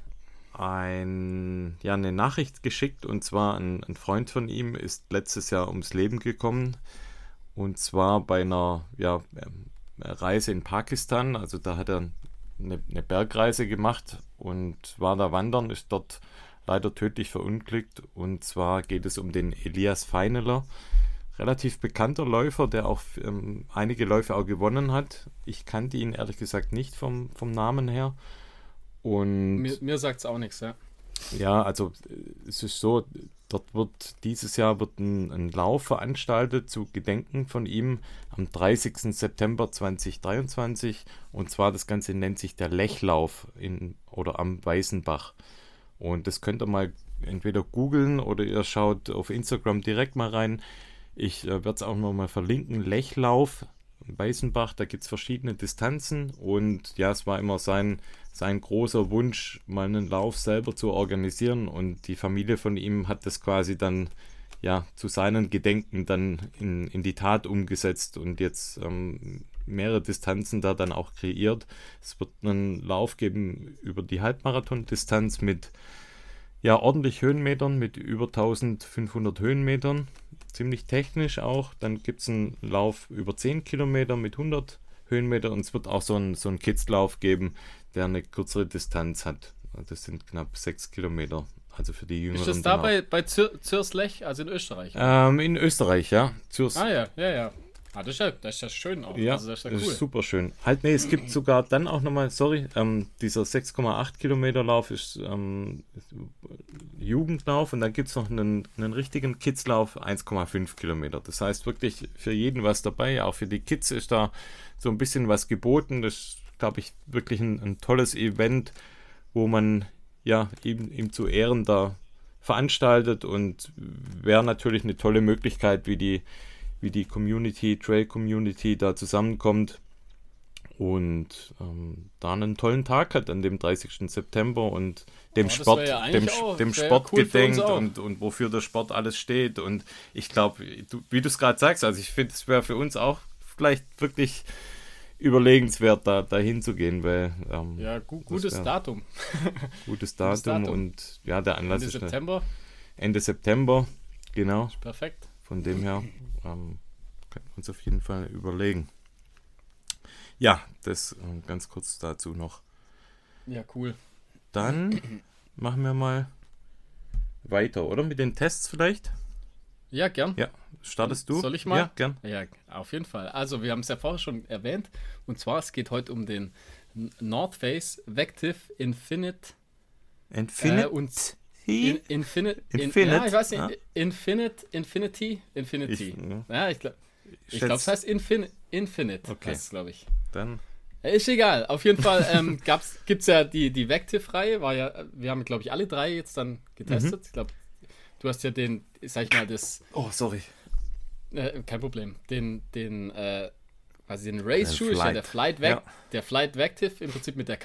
eine Nachricht geschickt, und zwar ein Freund von ihm ist letztes Jahr ums Leben gekommen, und zwar bei einer Reise in Pakistan. Also da hat er eine Bergreise gemacht und war da wandern, ist dort leider tödlich verunglückt, und zwar geht es um den Elias Feineler. Relativ bekannter Läufer, der auch einige Läufe auch gewonnen hat. Ich kannte ihn ehrlich gesagt nicht vom Namen her. Und mir sagt es auch nichts, ja. Ja, also es ist so, dieses Jahr wird ein Lauf veranstaltet zu Gedenken von ihm am 30. September 2023. Und zwar das Ganze nennt sich der Lechlauf am Weißenbach. Und das könnt ihr mal entweder googeln oder ihr schaut auf Instagram direkt mal rein. Ich werde es auch nochmal verlinken. Lechlauf, Weißenbach, da gibt es verschiedene Distanzen, und ja, es war immer sein großer Wunsch, mal einen Lauf selber zu organisieren, und die Familie von ihm hat das quasi dann zu seinen Gedenken dann in die Tat umgesetzt und jetzt mehrere Distanzen da dann auch kreiert. Es wird einen Lauf geben über die Halbmarathon-Distanz mit ordentlich Höhenmetern, mit über 1500 Höhenmetern. Ziemlich technisch auch. Dann gibt es einen Lauf über 10 Kilometer mit 100 Höhenmeter, und es wird auch so einen Kids-Lauf geben, der eine kürzere Distanz hat. Das sind knapp 6 Kilometer. Also für die Jüngeren. Ist das da bei Zürslech, also in Österreich? In Österreich, ja. Ja. Das ist ja schön auch. Ja, also das ist ja das cool. ist super schön. Es gibt sogar dann auch nochmal, dieser 6,8 Kilometer Lauf ist Jugendlauf, und dann gibt es noch einen richtigen Kidslauf, 1,5 Kilometer. Das heißt wirklich für jeden was dabei, auch für die Kids ist da so ein bisschen was geboten. Das ist, glaube ich, wirklich ein tolles Event, wo man ihm zu Ehren da veranstaltet, und wäre natürlich eine tolle Möglichkeit, wie die Trail-Community da zusammenkommt und da einen tollen Tag hat an dem 30. September und dem das Sport, wär ja dem das wär Sport cool für uns gedenkt auch. und wofür der Sport alles steht. Und ich glaube, wie du es gerade sagst, also ich finde, es wäre für uns auch vielleicht wirklich überlegenswert, da hinzugehen, weil Ja, gutes Datum. gutes Datum und ja, der Anlass Ende ist September. Ende September, genau. Perfekt. Von dem her können wir uns auf jeden Fall überlegen. Ja, das ganz kurz dazu noch. Ja, cool. Dann machen wir mal weiter, oder? Mit den Tests vielleicht? Ja, gern. Ja, startest du? Soll ich mal? Ja, gern. Ja, auf jeden Fall. Also, wir haben es ja vorher schon erwähnt. Und zwar, es geht heute um den North Face Vective Infinite. Infinite? Infinite. Infinite? Ja, ich weiß nicht. Ah. Infinity. Ja. Ja, ich glaube, es heißt Infinite. Okay. Heißt es, glaube ich. Dann Ist egal. Auf jeden Fall gibt es ja die Vective-Reihe. Wir haben, glaube ich, alle drei jetzt dann getestet. Ich glaube, du hast ja den, sag ich mal, oh, sorry. kein Problem. Den Race-Schuh ist ja der Flight Vective, im Prinzip mit der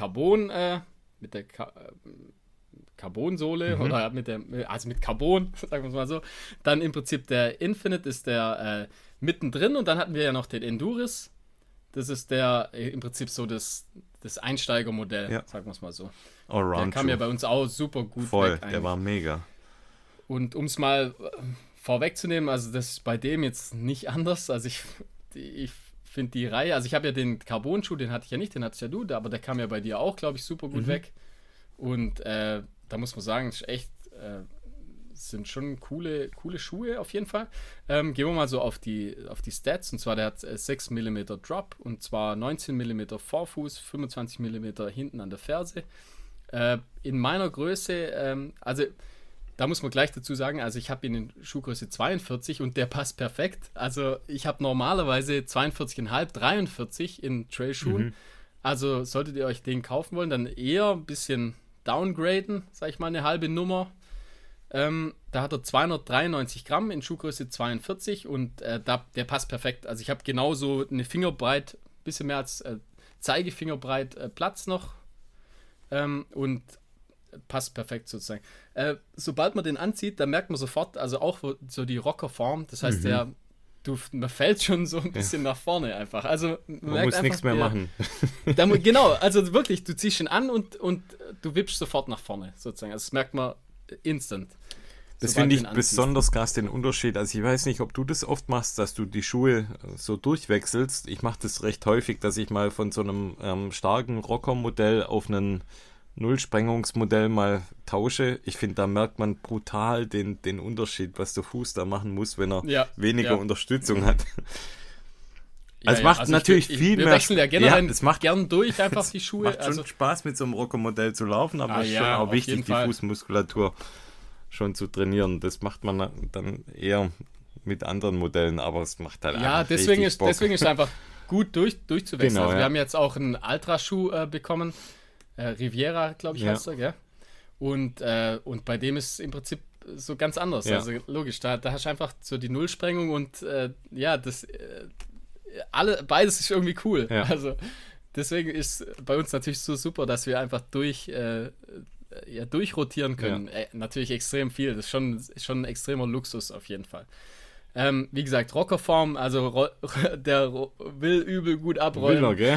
Carbon-Sohle oder mit Carbon, sagen wir es mal so. Dann im Prinzip der Infinite ist der mittendrin und dann hatten wir ja noch den Enduris. Das ist der im Prinzip so das Einsteigermodell, sagen wir es mal so. Der kam ja bei uns auch super gut voll, weg. der war mega. Und um es mal vorwegzunehmen, also das ist bei dem jetzt nicht anders. Also ich finde die Reihe, also ich habe ja den Carbon-Schuh, den hatte ich ja nicht, den hattest ja du, aber der kam ja bei dir auch, glaube ich, super gut weg. Und da muss man sagen, es ist echt, sind schon coole Schuhe auf jeden Fall. Gehen wir mal so auf die Stats, und zwar der hat 6 mm Drop und zwar 19 mm Vorfuß, 25 mm hinten an der Ferse. In meiner Größe, also da muss man gleich dazu sagen, also ich habe ihn in Schuhgröße 42 und der passt perfekt. Also ich habe normalerweise 42,5, 43 in Trailschuhen. Also solltet ihr euch den kaufen wollen, dann eher ein bisschen downgraden, sag ich mal, eine halbe Nummer. Da hat er 293 Gramm in Schuhgröße 42 und der passt perfekt. Also ich habe genauso eine Fingerbreit, bisschen mehr als Zeigefingerbreit Platz noch und passt perfekt sozusagen. Sobald man den anzieht, dann merkt man sofort, also auch so die Rockerform, das heißt, man fällt schon so ein bisschen nach vorne einfach. Also man muss nichts mehr machen. Genau, also wirklich, du ziehst ihn an und du wippst sofort nach vorne sozusagen. Also das merkt man instant. Das finde ich besonders krass, den Unterschied. Also ich weiß nicht, ob du das oft machst, dass du die Schuhe so durchwechselst. Ich mache das recht häufig, dass ich mal von so einem starken Rocker-Modell auf einen Nullsprengungsmodell mal tausche. Ich finde, da merkt man brutal den Unterschied, was der Fuß da machen muss, wenn er weniger Unterstützung hat. Also es macht natürlich viel mehr. Wir wechseln ja generell das macht gern durch einfach die Schuhe. Macht schon Spaß, mit so einem Rocker-Modell zu laufen, aber es ist schon auch wichtig, die Fußmuskulatur schon zu trainieren. Das macht man dann eher mit anderen Modellen, aber es macht halt einfach deswegen richtig Bock. deswegen ist es einfach gut durchzuwechseln. Genau, also wir haben jetzt auch einen Ultraschuh bekommen, Riviera, glaube ich, heißt er, gell? Und bei dem ist es im Prinzip so ganz anders. Also logisch, da hast du einfach so die Nullsprengung und beides ist irgendwie cool. Ja. Also deswegen ist bei uns natürlich so super, dass wir einfach durchrotieren können. Ja. Natürlich extrem viel. Das ist schon ein extremer Luxus auf jeden Fall. Wie gesagt, Rockerform, also der will übel gut abräumen. Will er, gell?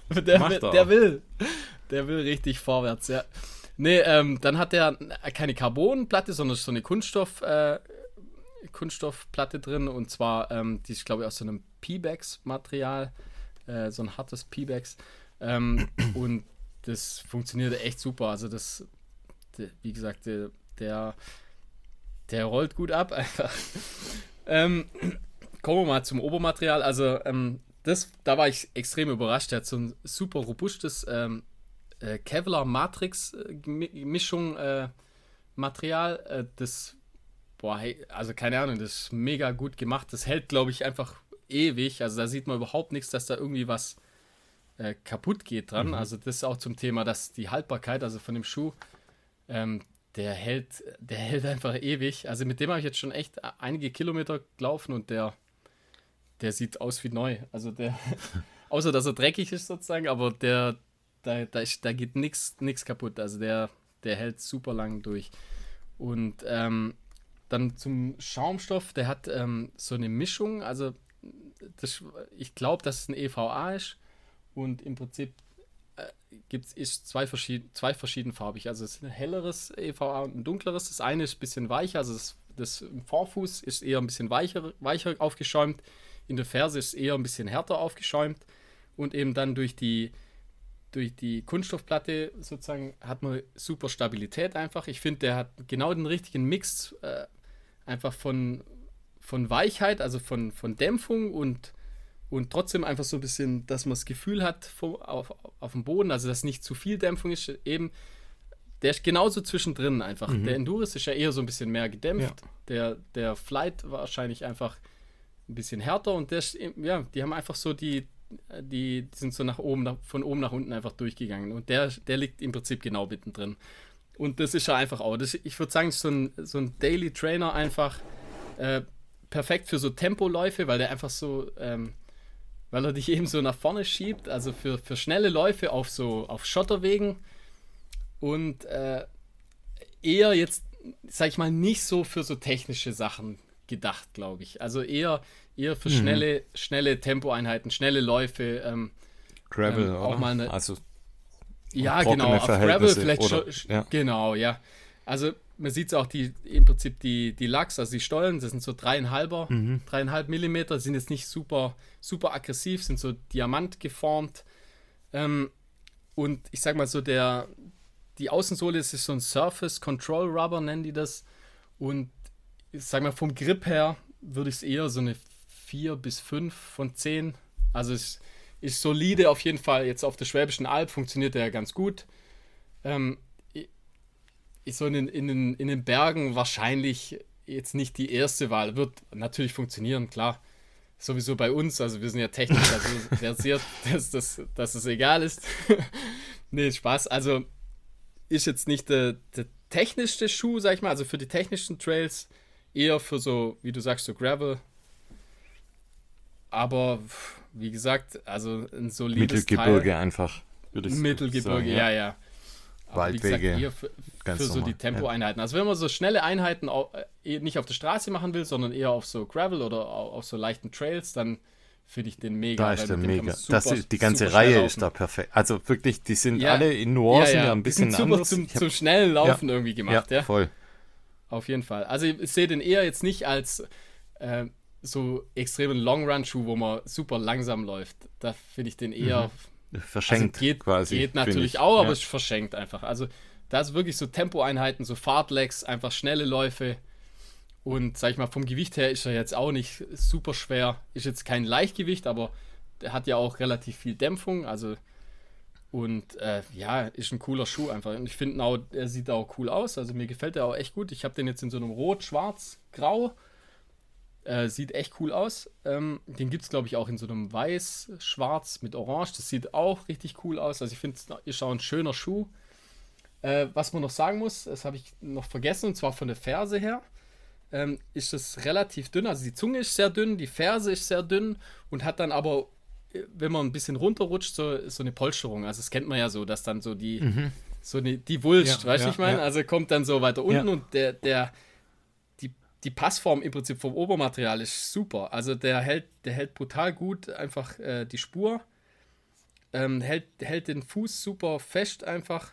Der will richtig vorwärts, ja. Nee, dann hat er keine Carbonplatte, sondern so eine Kunststoffplatte drin, und zwar, die ist, glaube ich, aus so einem Pebax-Material, so ein hartes Pebax, und das funktioniert echt super. Also wie gesagt, der rollt gut ab einfach. Kommen wir mal zum Obermaterial. Also da war ich extrem überrascht. Der hat so ein super robustes Kevlar Matrix Mischung Material. Also keine Ahnung, das ist mega gut gemacht. Das hält, glaube ich, einfach ewig. Also da sieht man überhaupt nichts, dass da irgendwie was kaputt geht dran. Also das ist auch zum Thema, dass die Haltbarkeit, also von dem Schuh, der hält einfach ewig. Also mit dem habe ich jetzt schon echt einige Kilometer gelaufen und der sieht aus wie neu. Also der außer dass er dreckig ist sozusagen, aber da geht nichts kaputt. Also der hält super lang durch. Und dann zum Schaumstoff, der hat so eine Mischung, also ich glaube, dass es ein EVA ist und im Prinzip ist zwei verschiedenfarbig. Also es ist ein helleres EVA und ein dunkleres. Das eine ist ein bisschen weicher, also das im Vorfuß ist eher ein bisschen weicher aufgeschäumt. In der Ferse ist es eher ein bisschen härter aufgeschäumt. Und eben dann durch die Kunststoffplatte sozusagen hat man super Stabilität einfach. Ich finde, der hat genau den richtigen Mix einfach von Weichheit, also von Dämpfung und trotzdem einfach so ein bisschen, dass man das Gefühl hat auf dem Boden, also dass nicht zu viel Dämpfung ist, eben, der ist genauso zwischendrin einfach. Der Endurance ist ja eher so ein bisschen mehr gedämpft, der Flight wahrscheinlich einfach ein bisschen härter und die haben einfach so die sind so von oben nach unten einfach durchgegangen und der liegt im Prinzip genau mittendrin. Und das ist ja einfach auch, ich würde sagen, so ein Daily Trainer einfach perfekt für so Tempoläufe, weil der einfach so, weil er dich eben so nach vorne schiebt, also für schnelle Läufe auf Schotterwegen und eher jetzt, sag ich mal, nicht so für so technische Sachen gedacht, glaube ich. Also eher für schnelle Tempoeinheiten, schnelle Läufe. Gravel, auch oder? mal Also ja, genau, auf Gravel vielleicht schon. Genau, ja. Also man sieht es auch, im Prinzip die Lachs, also die Stollen, das sind so 3,5 Millimeter, sind jetzt nicht super, super aggressiv, sind so Diamant geformt. Und ich sag mal so, die Außensohle ist so ein Surface Control Rubber, nennen die das. Und ich sag mal, vom Grip her würde ich es eher so eine 4 bis 5 von 10. Also es ist solide auf jeden Fall. Jetzt auf der Schwäbischen Alb funktioniert der ganz gut. Ist so in den Bergen wahrscheinlich jetzt nicht die erste Wahl. Wird natürlich funktionieren, klar. Sowieso bei uns, also wir sind ja technisch so versiert, dass es egal ist. Nee, Spaß. Also ist jetzt nicht der technischste Schuh, sag ich mal, also für die technischen Trails, eher für so, wie du sagst, so Gravel. Aber wie gesagt, also ein solides Mittelgebirge Teil. einfach. Mittelgebirge, sagen, ja. Aber Waldwege, wie gesagt, eher für so die Tempoeinheiten. Also wenn man so schnelle Einheiten nicht auf der Straße machen will, sondern eher auf so Gravel oder auf so leichten Trails, dann finde ich den mega. Da ist der mega. Die ganze Reihe ist da perfekt. Also wirklich, die sind alle in Nuancen ja ein bisschen anders. Zum schnellen Laufen irgendwie gemacht. Ja, voll. Auf jeden Fall. Also ich sehe den eher jetzt nicht als so extremen Long-Run-Schuh, wo man super langsam läuft. Da finde ich den eher verschenkt also quasi. Geht natürlich auch, aber es ist verschenkt einfach. Also da ist wirklich so Tempoeinheiten, so Fartlegs, einfach schnelle Läufe. Und sag ich mal, vom Gewicht her ist er jetzt auch nicht super schwer. Ist jetzt kein Leichtgewicht, aber der hat ja auch relativ viel Dämpfung. Also und ist ein cooler Schuh einfach. Und ich finde auch, er sieht auch cool aus. Also mir gefällt er auch echt gut. Ich habe den jetzt in so einem Rot, Schwarz, Grau. Sieht echt cool aus. Den gibt es, glaube ich, auch in so einem Weiß, Schwarz mit Orange. Das sieht auch richtig cool aus. Also ich finde, es ist auch ein schöner Schuh. Was man noch sagen muss, das habe ich noch vergessen, und zwar von der Ferse her, ist es relativ dünn. Also die Zunge ist sehr dünn, die Ferse ist sehr dünn und hat dann aber, wenn man ein bisschen runterrutscht, so eine Polsterung. Also das kennt man ja so, dass dann so die Wulst, weißt du, ich meine? Also kommt dann so weiter unten und die Passform im Prinzip vom Obermaterial ist super. Also der hält brutal gut einfach die Spur. Hält den Fuß super fest einfach.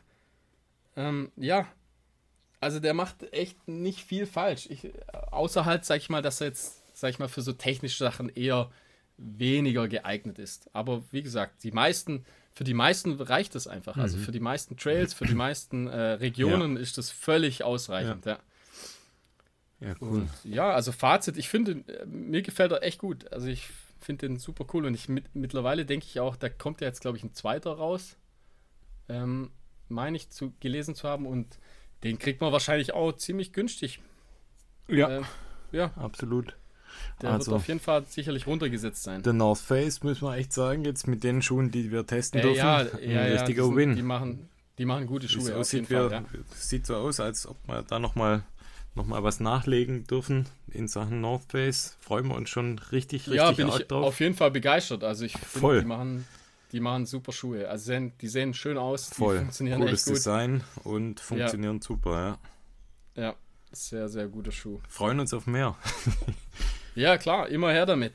Also der macht echt nicht viel falsch. Außer halt, sag ich mal, dass er jetzt, sag ich mal, für so technische Sachen eher weniger geeignet ist. Aber wie gesagt, für die meisten reicht das einfach. Also für die meisten Trails, für die meisten Regionen ist das völlig ausreichend, ja. Ja, cool. Und, also Fazit, ich finde, mir gefällt er echt gut. Also ich finde den super cool und mittlerweile denke ich auch, da kommt ja jetzt, glaube ich, ein zweiter raus. Meine ich gelesen zu haben, und den kriegt man wahrscheinlich auch ziemlich günstig. Ja, absolut. Der wird auf jeden Fall sicherlich runtergesetzt sein. Der North Face, muss man echt sagen, jetzt mit den Schuhen, die wir testen dürfen, ein richtiger Win. Die machen gute Schuhe. Sieht so aus, als ob man da nochmal nochmal was nachlegen dürfen in Sachen North Face. Freuen wir uns schon richtig bin arg ich drauf. auf jeden Fall begeistert. Also ich Voll. finde, die machen super Schuhe. Also die sehen schön aus, Voll. die funktionieren Cooles echt gut. Design und funktionieren super, ja. Ja, sehr, sehr guter Schuh. Freuen uns auf mehr. Ja, klar, immer her damit.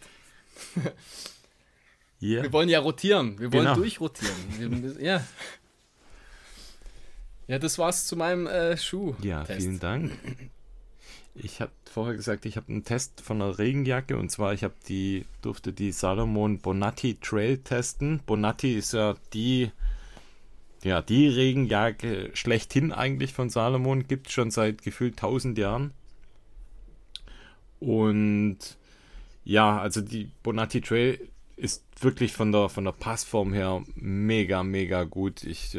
Yeah. Wir wollen ja rotieren, wir wollen Genau. durchrotieren. Ja. Ja, das war's zu meinem Schuh. Ja, vielen Dank. Ich habe vorher gesagt, ich habe einen Test von einer Regenjacke und zwar durfte die Salomon Bonatti Trail testen. Bonatti ist ja die Regenjacke schlechthin eigentlich von Salomon, gibt es schon seit gefühlt 1000 Jahren. Und ja, also die Bonatti Trail ist wirklich von der Passform her mega, mega gut. Ich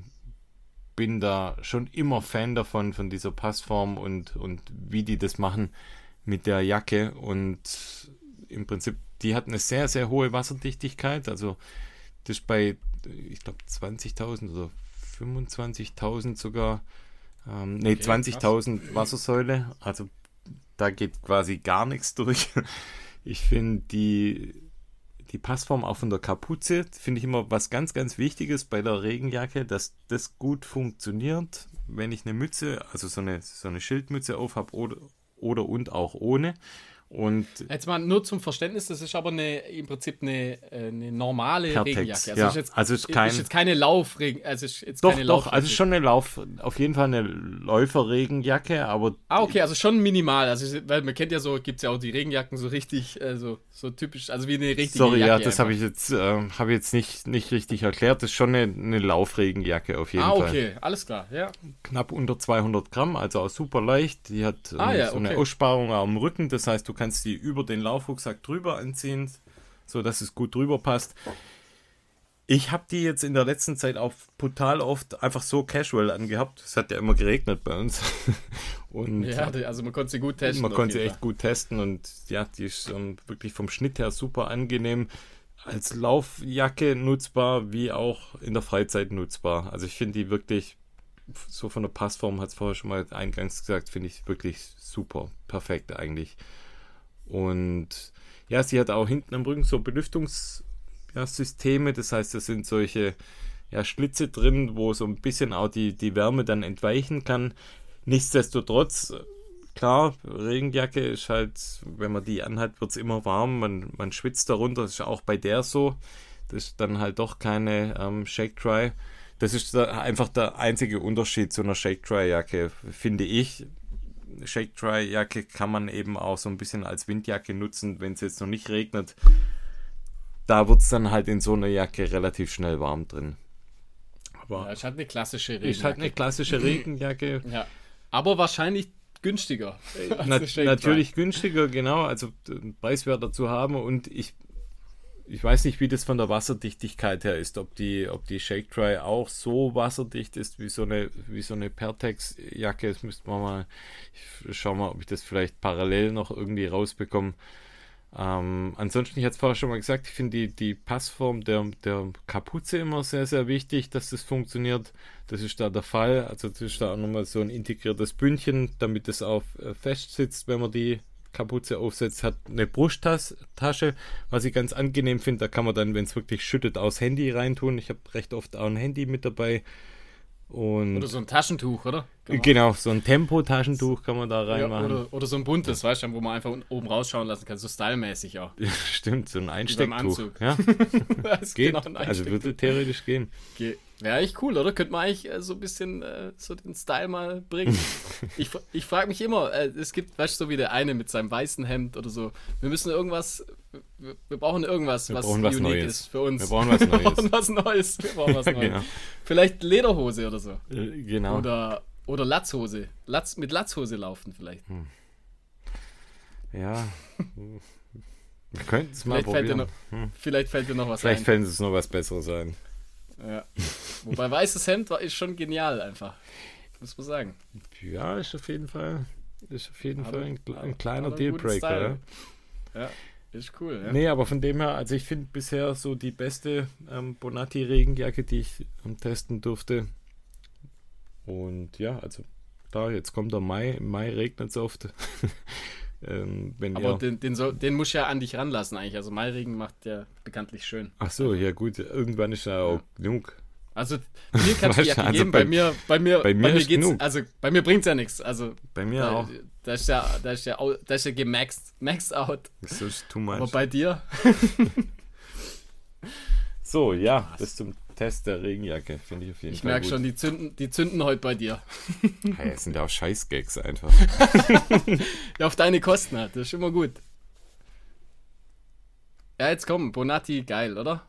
bin da schon immer Fan davon, von dieser Passform und wie die das machen mit der Jacke. Und im Prinzip, die hat eine sehr, sehr hohe Wasserdichtigkeit. Also das ist bei, ich glaube, 20.000 oder 25.000 sogar. Okay, 20.000 Wassersäule. Also da geht quasi gar nichts durch. Ich finde die Passform auch von der Kapuze, finde ich immer was ganz, ganz Wichtiges bei der Regenjacke, dass das gut funktioniert, wenn ich eine Mütze, also so eine Schildmütze auf habe oder und auch ohne. Und jetzt mal nur zum Verständnis, das ist aber im Prinzip eine normale Pertex, Regenjacke. Also ist jetzt keine Laufregen. Also ist jetzt doch, keine doch, also schon auf jeden Fall eine Läuferregenjacke, aber. Okay, also schon minimal. Also, weil man kennt ja so, gibt es ja auch die Regenjacken so richtig, so typisch, also wie eine richtige Jacke. Sorry, ja, das einfach. habe ich jetzt nicht richtig erklärt. Das ist schon eine Laufregenjacke auf jeden Fall. Okay, alles klar, ja. Knapp unter 200 Gramm, also auch super leicht. Die hat so eine Aussparung am Rücken, das heißt, du kannst die über den Laufrucksack drüber anziehen, so dass es gut drüber passt. Ich habe die jetzt in der letzten Zeit auch brutal oft einfach so casual angehabt. Es hat ja immer geregnet bei uns. Und ja, also man konnte sie gut testen. Man konnte sie echt gut testen und ja, die ist wirklich vom Schnitt her super angenehm. Als Laufjacke nutzbar, wie auch in der Freizeit nutzbar. Also ich finde die wirklich, so von der Passform, hat es vorher schon mal eingangs gesagt, finde ich wirklich super, perfekt eigentlich. Und ja, sie hat auch hinten am Rücken so Belüftungssysteme, das heißt, da sind solche Schlitze drin, wo so ein bisschen auch die Wärme dann entweichen kann. Nichtsdestotrotz, klar, Regenjacke ist halt, wenn man die anhat, wird es immer warm, man schwitzt darunter, das ist auch bei der so. Das ist dann halt doch keine Shake-Dry. Das ist einfach der einzige Unterschied zu einer Shake-Dry-Jacke, finde ich. Shake-Dry-Jacke kann man eben auch so ein bisschen als Windjacke nutzen, wenn es jetzt noch nicht regnet. Da wird es dann halt in so einer Jacke relativ schnell warm drin. Aber ja, ist halt eine klassische Regenjacke. Ist halt eine klassische Regenjacke. Ja. Aber wahrscheinlich günstiger. Natürlich günstiger, genau. Also preiswerter zu haben. Und ich weiß nicht, wie das von der Wasserdichtigkeit her ist. Ob die Shake-Dry auch so wasserdicht ist wie so eine Pertex-Jacke. Das müsste man mal. Ich schau mal, ob ich das vielleicht parallel noch irgendwie rausbekomme. Ansonsten, ich hatte es vorher schon mal gesagt, ich finde die Passform der Kapuze immer sehr, sehr wichtig, dass das funktioniert. Das ist da der Fall. Also das ist da auch nochmal so ein integriertes Bündchen, damit es auch fest sitzt, wenn man die Kapuze aufsetzt. Hat eine Brusttasche, was ich ganz angenehm finde. Da kann man dann, wenn es wirklich schüttet, auch das Handy reintun. Ich habe recht oft auch ein Handy mit dabei. Oder so ein Taschentuch, oder? Genau, so ein Tempo-Taschentuch kann man da reinmachen. Ja, oder so ein buntes, weißt du, wo man einfach oben rausschauen lassen kann, so stylmäßig auch. Ja, stimmt, so ein Einstecktuch. Ja. Das geht, genau also würde theoretisch gehen. Wäre eigentlich cool, oder? Könnte man eigentlich so ein bisschen so den Style mal bringen. Ich frage mich immer, es gibt, weißt du, so wie der eine mit seinem weißen Hemd oder so. Wir müssen irgendwas, wir brauchen irgendwas, was unique Neues ist für uns. Wir brauchen was Neues. Wir brauchen was Neues. Genau. Vielleicht Lederhose oder so. Genau. Oder Latzhose. Mit Latzhose laufen vielleicht. Ja. Wir könnten es mal probieren. Vielleicht fällt dir noch was ein. Vielleicht fällt es noch was Besseres ein. Ja. Wobei weißes Hemd ist schon genial einfach. Muss man sagen. Ja, ist auf jeden Fall ein kleiner Dealbreaker. Ja, ist cool. Ja. Nee, aber von dem her, also ich finde bisher so die beste Bonatti Regenjacke, die ich testen durfte. Und ja, also da, jetzt kommt der Mai. Im Mai regnet es oft. Aber den musst du ja an dich ranlassen eigentlich. Also Mairegen macht ja bekanntlich schön. Ach so, ja gut. Irgendwann ist ja auch genug. Also mir kannst du die Jacke geben, bei mir geht's, genug. also bei mir bringt's ja nichts. Also bei mir auch. Da ist ja maxed out. Das ist too much. Aber bei dir? So, ja, das zum Test der Regenjacke finde ich auf jeden Fall. Ich merke gut. schon, die zünden heute bei dir. Hey, das sind ja auch Scheißgags einfach. Ja, auf deine Kosten halt, das ist immer gut. Ja, jetzt komm, Bonatti, geil, oder?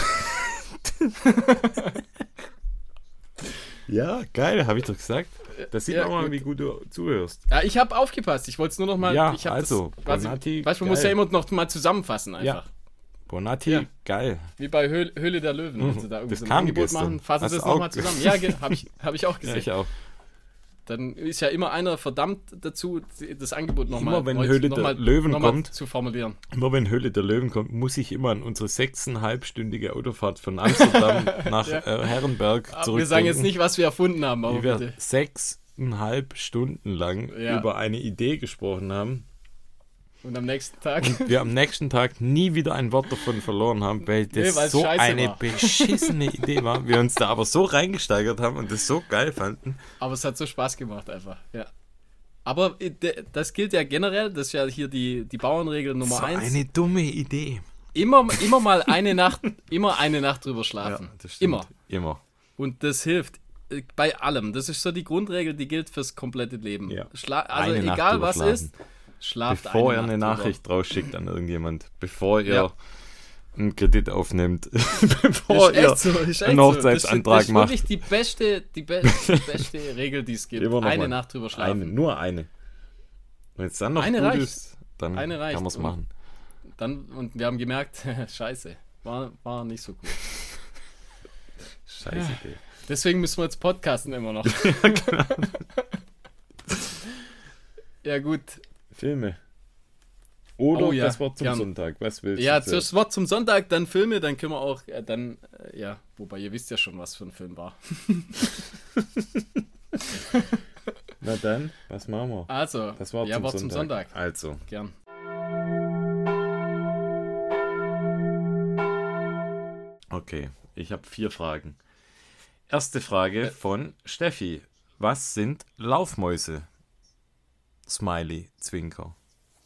Ja, geil, habe ich doch gesagt. Das sieht Ja, man mal, gut. wie gut du zuhörst. Ja, ich habe aufgepasst, ich wollte es nur noch mal... Ja, ich hab also, das, Bonatti, weißt du, man muss ja immer noch mal zusammenfassen einfach. Ja. Bonatti, Ja. geil. Wie bei Höhle der Löwen, wenn sie da irgendwie Das so ein kam Angebot gestern. machen, fassen Hast sie es du auch nochmal zusammen. Ja, hab ich auch Ja, gesehen. ich auch. Dann ist ja immer einer verdammt dazu, das Angebot nochmal Immer wenn Höhle der Löwen kommt, zu formulieren. immer wenn Höhle der Löwen kommt, muss ich immer an unsere 6,5-stündige Autofahrt von Amsterdam nach Herrenberg Aber zurückdenken. wir sagen jetzt nicht, was wir erfunden haben, aber wie wir bitte. 6,5 Stunden lang über eine Idee gesprochen haben. Und am nächsten Tag... Wir am nächsten Tag nie wieder ein Wort davon verloren haben, weil das weil es so scheiße eine war. beschissene Idee war. Wir uns da aber so reingesteigert haben und das so geil fanden. Aber es hat so Spaß gemacht einfach, ja. Aber das gilt ja generell, das ist ja hier die Bauernregel Nummer So 1. eine dumme Idee. Immer mal eine Nacht drüber schlafen. das stimmt. Immer. Immer. Und das hilft bei allem. Das ist so die Grundregel, die gilt fürs komplette Leben. Ja. Also Eine Nacht egal drüber was schlafen. ist, schlaft Bevor ihr eine eine Nacht Nachricht rausschickt an irgendjemand. Bevor ihr Ja. einen Kredit aufnehmt. Bevor drüber. ihr Ist echt einen so. Hochzeitsantrag Das ist macht. wirklich die beste Regel, die es gibt. Immer noch Eine mal. Nacht drüber schlafen. Nur eine. Wenn es dann noch Eine gut reicht. ist, dann Eine reicht. kann man es machen. Und wir haben gemerkt, scheiße, war nicht so gut. Scheiße Idee. Deswegen müssen wir jetzt podcasten immer noch. Ja, gut. Filme. Oder Oh ja, das Wort zum gern. Sonntag. Was willst Ja, du? zuerst Wort zum Sonntag, dann Filme, dann können wir auch, wobei ihr wisst ja schon, was für ein Film war. Na dann, was machen wir? Also, Das Wort, Wort zum Sonntag. Also, Gern. okay. Ich habe 4 Fragen. Erste Frage von Steffi. Was sind Laufmäuse? Smiley, Zwinker.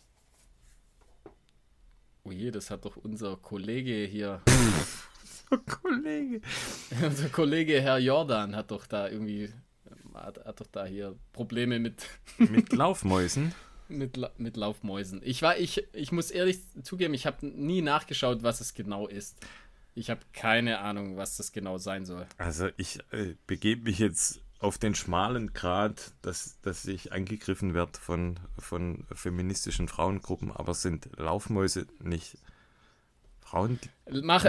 Oh je, das hat doch unser Kollege hier, Kollege. unser Kollege Herr Jordan hat doch da irgendwie, hat doch da hier Probleme mit Mit Laufmäusen? mit Laufmäusen. Ich muss ehrlich zugeben, ich habe nie nachgeschaut, was es genau ist. Ich habe keine Ahnung, was das genau sein soll. Also ich begebe mich jetzt auf den schmalen Grat, dass ich angegriffen werde von feministischen Frauengruppen, aber sind Laufmäuse nicht Frauen? Mach's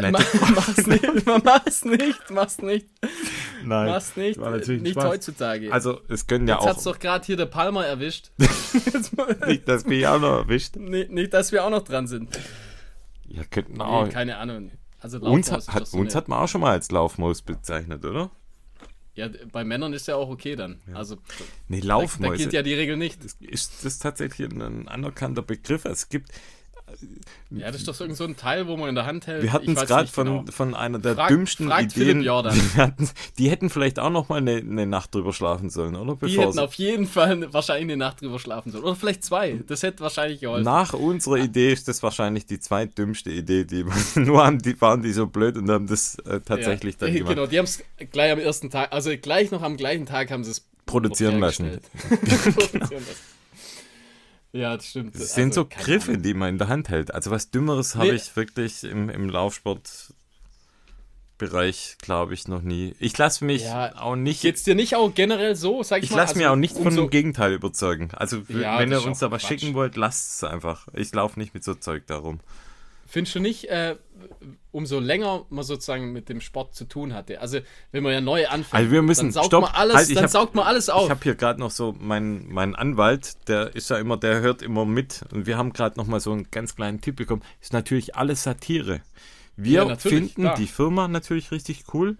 nicht. Nein, Mach's nicht. war natürlich Nicht Spaß. heutzutage. Also es können ja Jetzt auch hat's doch gerade hier der Palmer erwischt. nicht, dass wir auch noch erwischt. Nicht, dass wir auch noch dran sind. Ja, könnten auch. Nee, keine Ahnung. Also Uns, Laufmaus ist doch so uns eine- hat man auch schon mal als Laufmaus bezeichnet, oder? Ja, bei Männern ist ja auch okay dann. Also Nee, da Laufmäuse. gilt ja die Regel nicht. Ist das tatsächlich ein anerkannter Begriff? Es gibt. Ja, das ist doch irgend so ein Teil, wo man in der Hand hält. Wir hatten Ich es weiß gerade nicht genau. von einer der Fragt dümmsten Philipp Ideen. Jordan. Die hätten vielleicht auch noch mal eine Nacht drüber schlafen sollen, oder? Die hätten auf jeden Fall wahrscheinlich eine Nacht drüber schlafen sollen. Oder vielleicht 2. Das hätte wahrscheinlich geholfen. Nach unserer Idee ist das wahrscheinlich die zweitdümmste Idee, die nur waren die so blöd und haben das tatsächlich dann gemacht. Genau, die haben es gleich am ersten Tag, also gleich noch am gleichen Tag haben sie es Produzieren lassen. Produzieren lassen. Ja, das stimmt. Das sind so keine Griffe, Ahnung. die man in der Hand hält. Also was Dümmeres habe Nee. ich wirklich im Laufsportbereich, glaube ich, noch nie. Ich lasse mich Ja, auch nicht. Geht's dir nicht auch generell so, sag ich Ich mal? lasse mir auch nicht von umso- dem Gegenteil überzeugen. Also Ja, wenn das ihr ist uns auch da was Quatsch. schicken wollt, lasst es einfach. Ich laufe nicht mit so Zeug darum. Findest du nicht, umso länger man sozusagen mit dem Sport zu tun hatte, also wenn man ja neu anfängt, Also wir müssen, dann saugt stopp, man alles, halt, dann saugt man alles auf. Ich habe hier gerade noch so meinen Anwalt, der hört immer mit und wir haben gerade noch mal so einen ganz kleinen Tipp bekommen. Ist natürlich alles Satire. Wir Ja, natürlich, finden klar. die Firma natürlich richtig cool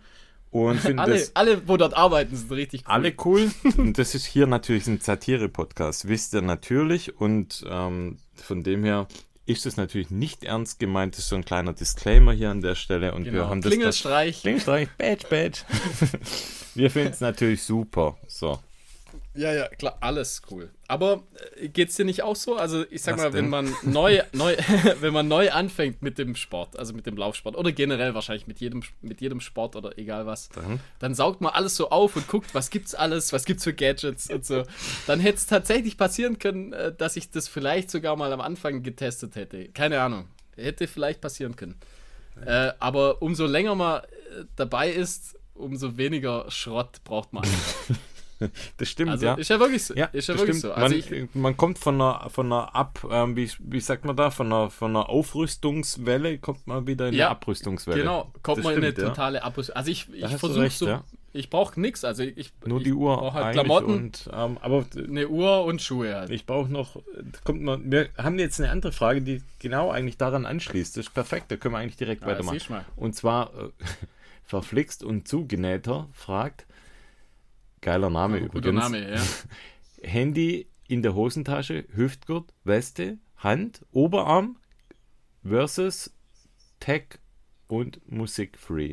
Und finde alle, wo dort arbeiten, sind richtig cool. Alle cool. Und das ist hier natürlich ein Satire-Podcast, wisst ihr natürlich. Und von dem her ist es natürlich nicht ernst gemeint. Das ist so ein kleiner Disclaimer hier an der Stelle. Und wir haben das Klingelstreich. Badge. Wir finden es natürlich super. So. Ja, klar, alles cool. Aber geht's dir nicht auch so? Also ich sag Was mal, denn? wenn man wenn man neu anfängt mit dem Sport, also mit dem Laufsport oder generell wahrscheinlich mit jedem Sport oder egal was, dann saugt man alles so auf und guckt, was gibt's alles, was gibt's für Gadgets und so. Dann hätte es tatsächlich passieren können, dass ich das vielleicht sogar mal am Anfang getestet hätte. Keine Ahnung. Hätte vielleicht passieren können. Aber umso länger man dabei ist, umso weniger Schrott braucht man einfach. Das stimmt, Also, ja. ist ja wirklich so. Ja, ist ja das wirklich stimmt. so. Also Man kommt von einer wie sagt man da, von einer Aufrüstungswelle kommt man wieder in eine Abrüstungswelle. Genau, kommt Das man in eine stimmt, ja. totale Abrüstung. Also ich Da hast du versuche recht, so, ja. ich brauche nichts. Also Nur ich die Uhr brauche halt eigentlich Klamotten, und aber eine Uhr und Schuhe halt. ich brauche noch, wir haben jetzt eine andere Frage, die genau eigentlich daran anschließt. Das ist perfekt, da können wir eigentlich direkt weitermachen. siehst mal. Und zwar verflixt und zugenähter fragt, geiler Name übrigens. Guter Name, ja. Handy in der Hosentasche, Hüftgurt, Weste, Hand, Oberarm versus Tech und Musik-free.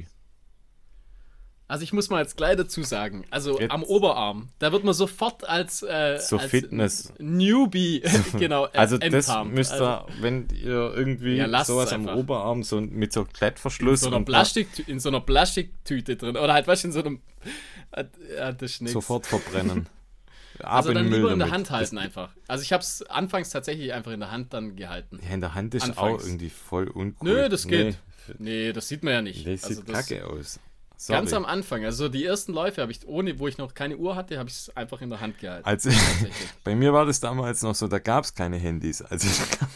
Also ich muss mal jetzt gleich dazu sagen, also Jetzt. am Oberarm, da wird man sofort als, So als Fitness. Newbie, genau, Also das enttarnt. müsst ihr, Also wenn ihr irgendwie Ja, lasst's sowas am einfach. Oberarm so mit so in Klettverschluss so einer und in so einer Plastiktüte drin. Oder halt, weißt du, in so einem. Ja, das ist nix. sofort verbrennen. Also Ab in dann den Müll lieber in der damit. Hand halten einfach. Also ich habe es anfangs tatsächlich einfach in der Hand dann gehalten. Ja, in der Hand ist Anfangs. auch irgendwie voll uncool. Nö, das geht. Nee, das sieht man ja nicht. Das Also sieht kacke aus. Ganz Sorry. am Anfang, also die ersten Läufe habe ich, wo ich noch keine Uhr hatte, habe ich es einfach in der Hand gehalten. Also, bei mir war das damals noch so, da gab es keine Handys. Also,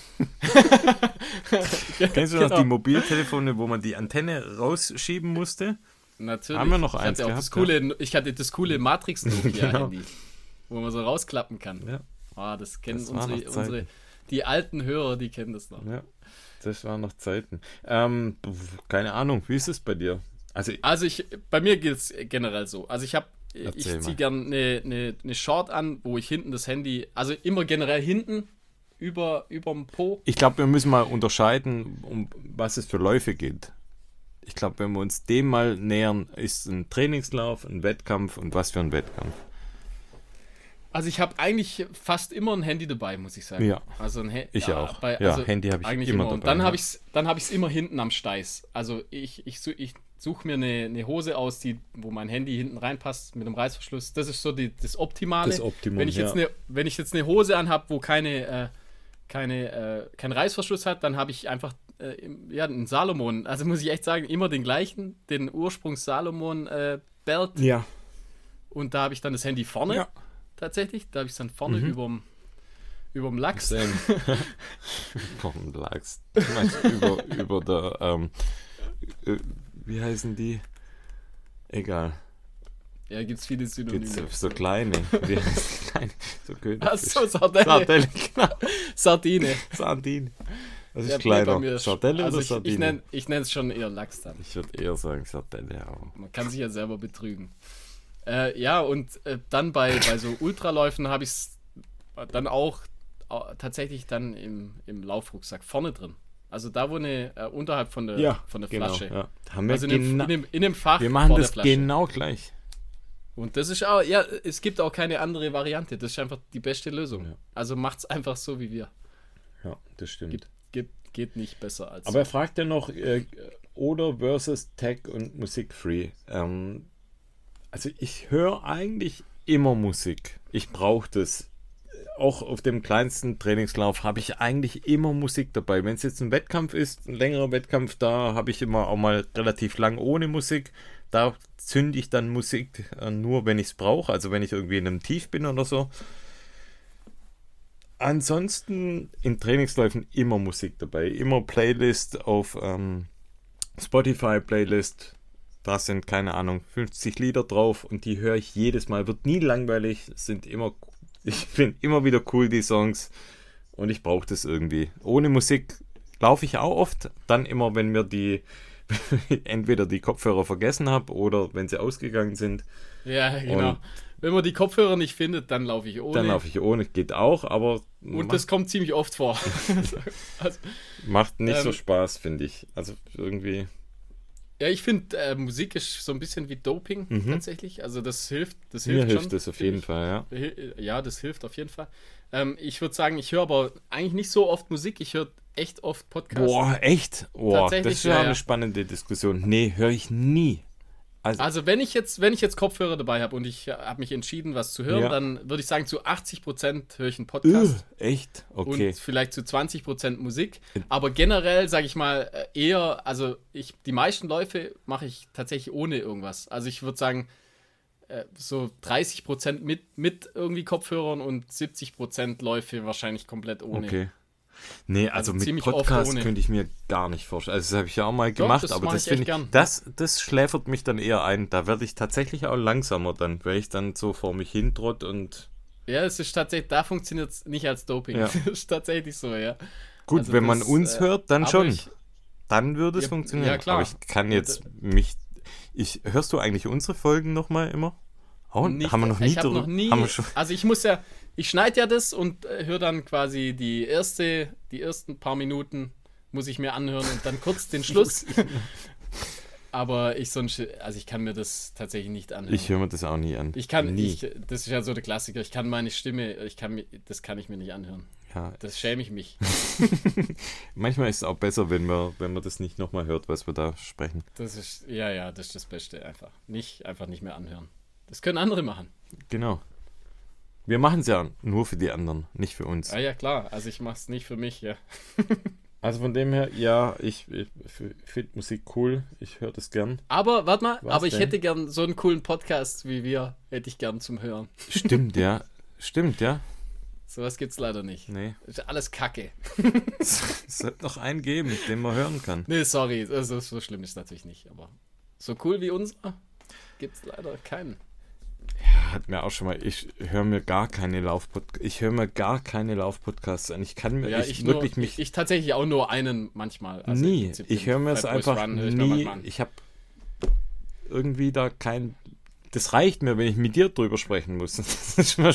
kennst du noch die Mobiltelefone, wo man die Antenne rausschieben musste? Natürlich. Haben wir noch ich eins hatte auch gehabt, ich hatte das coole Matrix-Nokia-Handy, Genau. wo man so rausklappen kann. Ja. Das kennen Das waren noch Zeiten. die alten Hörer, die kennen das noch. Ja, das waren noch Zeiten. Keine Ahnung, wie ist es bei dir? Also bei mir geht es generell so. Also ich Erzähl mal. ziehe gern eine Short an, wo ich hinten das Handy, also immer generell hinten überm Po. Ich glaube, wir müssen mal unterscheiden, um was es für Läufe geht. Ich glaube, wenn wir uns dem mal nähern, ist ein Trainingslauf, ein Wettkampf und was für ein Wettkampf. Also ich habe eigentlich fast immer ein Handy dabei, muss ich sagen. Ja, also ich auch. Also Handy habe ich eigentlich immer Und dabei, dann ja. habe ich es immer hinten am Steiß. Also ich suche mir eine Hose aus, wo mein Handy hinten reinpasst mit einem Reißverschluss. Das ist so das Optimale. Das Optimum, wenn ich jetzt eine Hose anhabe, wo kein Reißverschluss hat, dann habe ich einfach einen Salomon. Also muss ich echt sagen, immer den gleichen, den Ursprungs Salomon Belt. Ja. Und da habe ich dann das Handy vorne. Ja. Tatsächlich. Da habe ich es dann vorne überm Lachs. Überm Lachs. Du meinst über der, wie heißen die? Egal. Ja, gibt es viele Synonyme. Gibt's so kleine. Wie heißen die kleine? So Achso, Sardelle. Sardelle, genau. Sardine. Sardine. Was ist Ja, kleiner? bei mir Sardelle also oder Sardine? Ich nenne es schon eher Lachs dann. Ich würde eher sagen Sardelle, aber. Man kann sich ja selber betrügen. Dann bei so Ultraläufen habe ich es dann auch tatsächlich dann im Laufrucksack vorne drin. Also da, wo unterhalb von der Flasche. Genau, ja. Haben wir Also in dem Fach wir machen vor das der Flasche. genau gleich. Und das ist auch, ja, es gibt auch keine andere Variante. Das ist einfach die beste Lösung. Ja. Also macht's einfach so wie wir. Ja, das stimmt. Geht nicht besser als Aber er fragt ja noch, oder versus Tech und Musik-Free. Also ich höre eigentlich immer Musik. Ich brauche das. Auch auf dem kleinsten Trainingslauf habe ich eigentlich immer Musik dabei. Wenn es jetzt ein Wettkampf ist, ein längerer Wettkampf, da habe ich immer auch mal relativ lang ohne Musik. Da zünde ich dann Musik nur, wenn ich es brauche. Also wenn ich irgendwie in einem Tief bin oder so. Ansonsten in Trainingsläufen immer Musik dabei. Immer Playlist auf Spotify-Playlist. Da sind, keine Ahnung, 50 Lieder drauf und die höre ich jedes Mal. Wird nie langweilig. Ich finde immer wieder cool, die Songs. Und ich brauche das irgendwie. Ohne Musik laufe ich auch oft. Dann immer, wenn mir die entweder die Kopfhörer vergessen habe oder wenn sie ausgegangen sind. Ja, genau. Und wenn man die Kopfhörer nicht findet, dann laufe ich ohne. dann laufe ich ohne, geht auch, aber Und das kommt ziemlich oft vor. Also, macht nicht so Spaß, finde ich. Also irgendwie. ja, ich finde, Musik ist so ein bisschen wie Doping tatsächlich. Also das hilft Mir schon. hilft es auf jeden Fall, ja. Ja, das hilft auf jeden Fall. Ich würde sagen, ich höre aber eigentlich nicht so oft Musik. Ich höre echt oft Podcasts. Boah, echt? Boah, Tatsächlich, das ist ja ja, eine ja. spannende Diskussion. Nee, höre ich nie. Also wenn ich jetzt Kopfhörer dabei habe und ich habe mich entschieden, was zu hören, Ja. dann würde ich sagen, zu 80% höre ich einen Podcast. Echt? Okay. Und vielleicht zu 20% Musik. Aber generell, sage ich mal, eher, also die meisten Läufe mache ich tatsächlich ohne irgendwas. Also ich würde sagen, so 30% mit irgendwie Kopfhörern und 70% Läufe wahrscheinlich komplett ohne. Okay. Nee, also mit ziemlich oft Podcast ohne. könnte ich mir gar nicht vorstellen. Also das habe ich ja auch mal Doch, gemacht, das aber mach das ich echt finde ich, gern. das schläfert mich dann eher ein. Da werde ich tatsächlich auch langsamer dann, weil ich dann so vor mich hintrott und Ja, es ist tatsächlich, da funktioniert es nicht als Doping. Ja. Das ist tatsächlich so, ja. gut, Also wenn man das, uns hört, dann aber schon. ich- Dann würde es Ja, funktionieren. ja, klar. Aber ich kann jetzt hörst du eigentlich unsere Folgen nochmal immer? Oh, Nicht, haben wir noch nie ich habe drüber- noch nie, haben wir schon, also ich schneide ja das und höre dann quasi die ersten paar Minuten muss ich mir anhören und dann kurz den Schluss. Aber ich kann mir das tatsächlich nicht anhören. ich höre mir das auch nie an. Nie. Das ist ja so der Klassiker, ich kann meine Stimme, das kann ich mir nicht anhören. Ja, Das schäme ich mich. manchmal ist es auch besser, wenn man das nicht nochmal hört, was wir da sprechen. Das ist das Beste einfach. Einfach nicht mehr anhören. Das können andere machen. Genau. Wir machen es ja nur für die anderen, nicht für uns. Ah ja, klar. Also ich mache es nicht für mich, ja. Also von dem her, ja, ich finde Musik cool. Ich höre das gern. Aber, warte mal, Was ich denn? hätte gern so einen coolen Podcast wie wir, hätte ich gern zum Hören. Stimmt, ja. Stimmt, ja. Sowas gibt's leider nicht. Nee. Das ist alles Kacke. Es sollte noch einen geben, den man hören kann. Nee, sorry, also so schlimm ist natürlich nicht, aber so cool wie unser gibt's leider keinen. Hat mir auch schon mal, ich höre mir gar keine Laufpodcasts an. Ich kann mir Ja, ich tatsächlich auch nur einen manchmal. Also im nie. Prinzip Ich den höre mir es Fat Boys einfach Run höre ich mir nie. manchmal an. Ich habe irgendwie da kein. Das reicht mir, wenn ich mit dir drüber sprechen muss. Das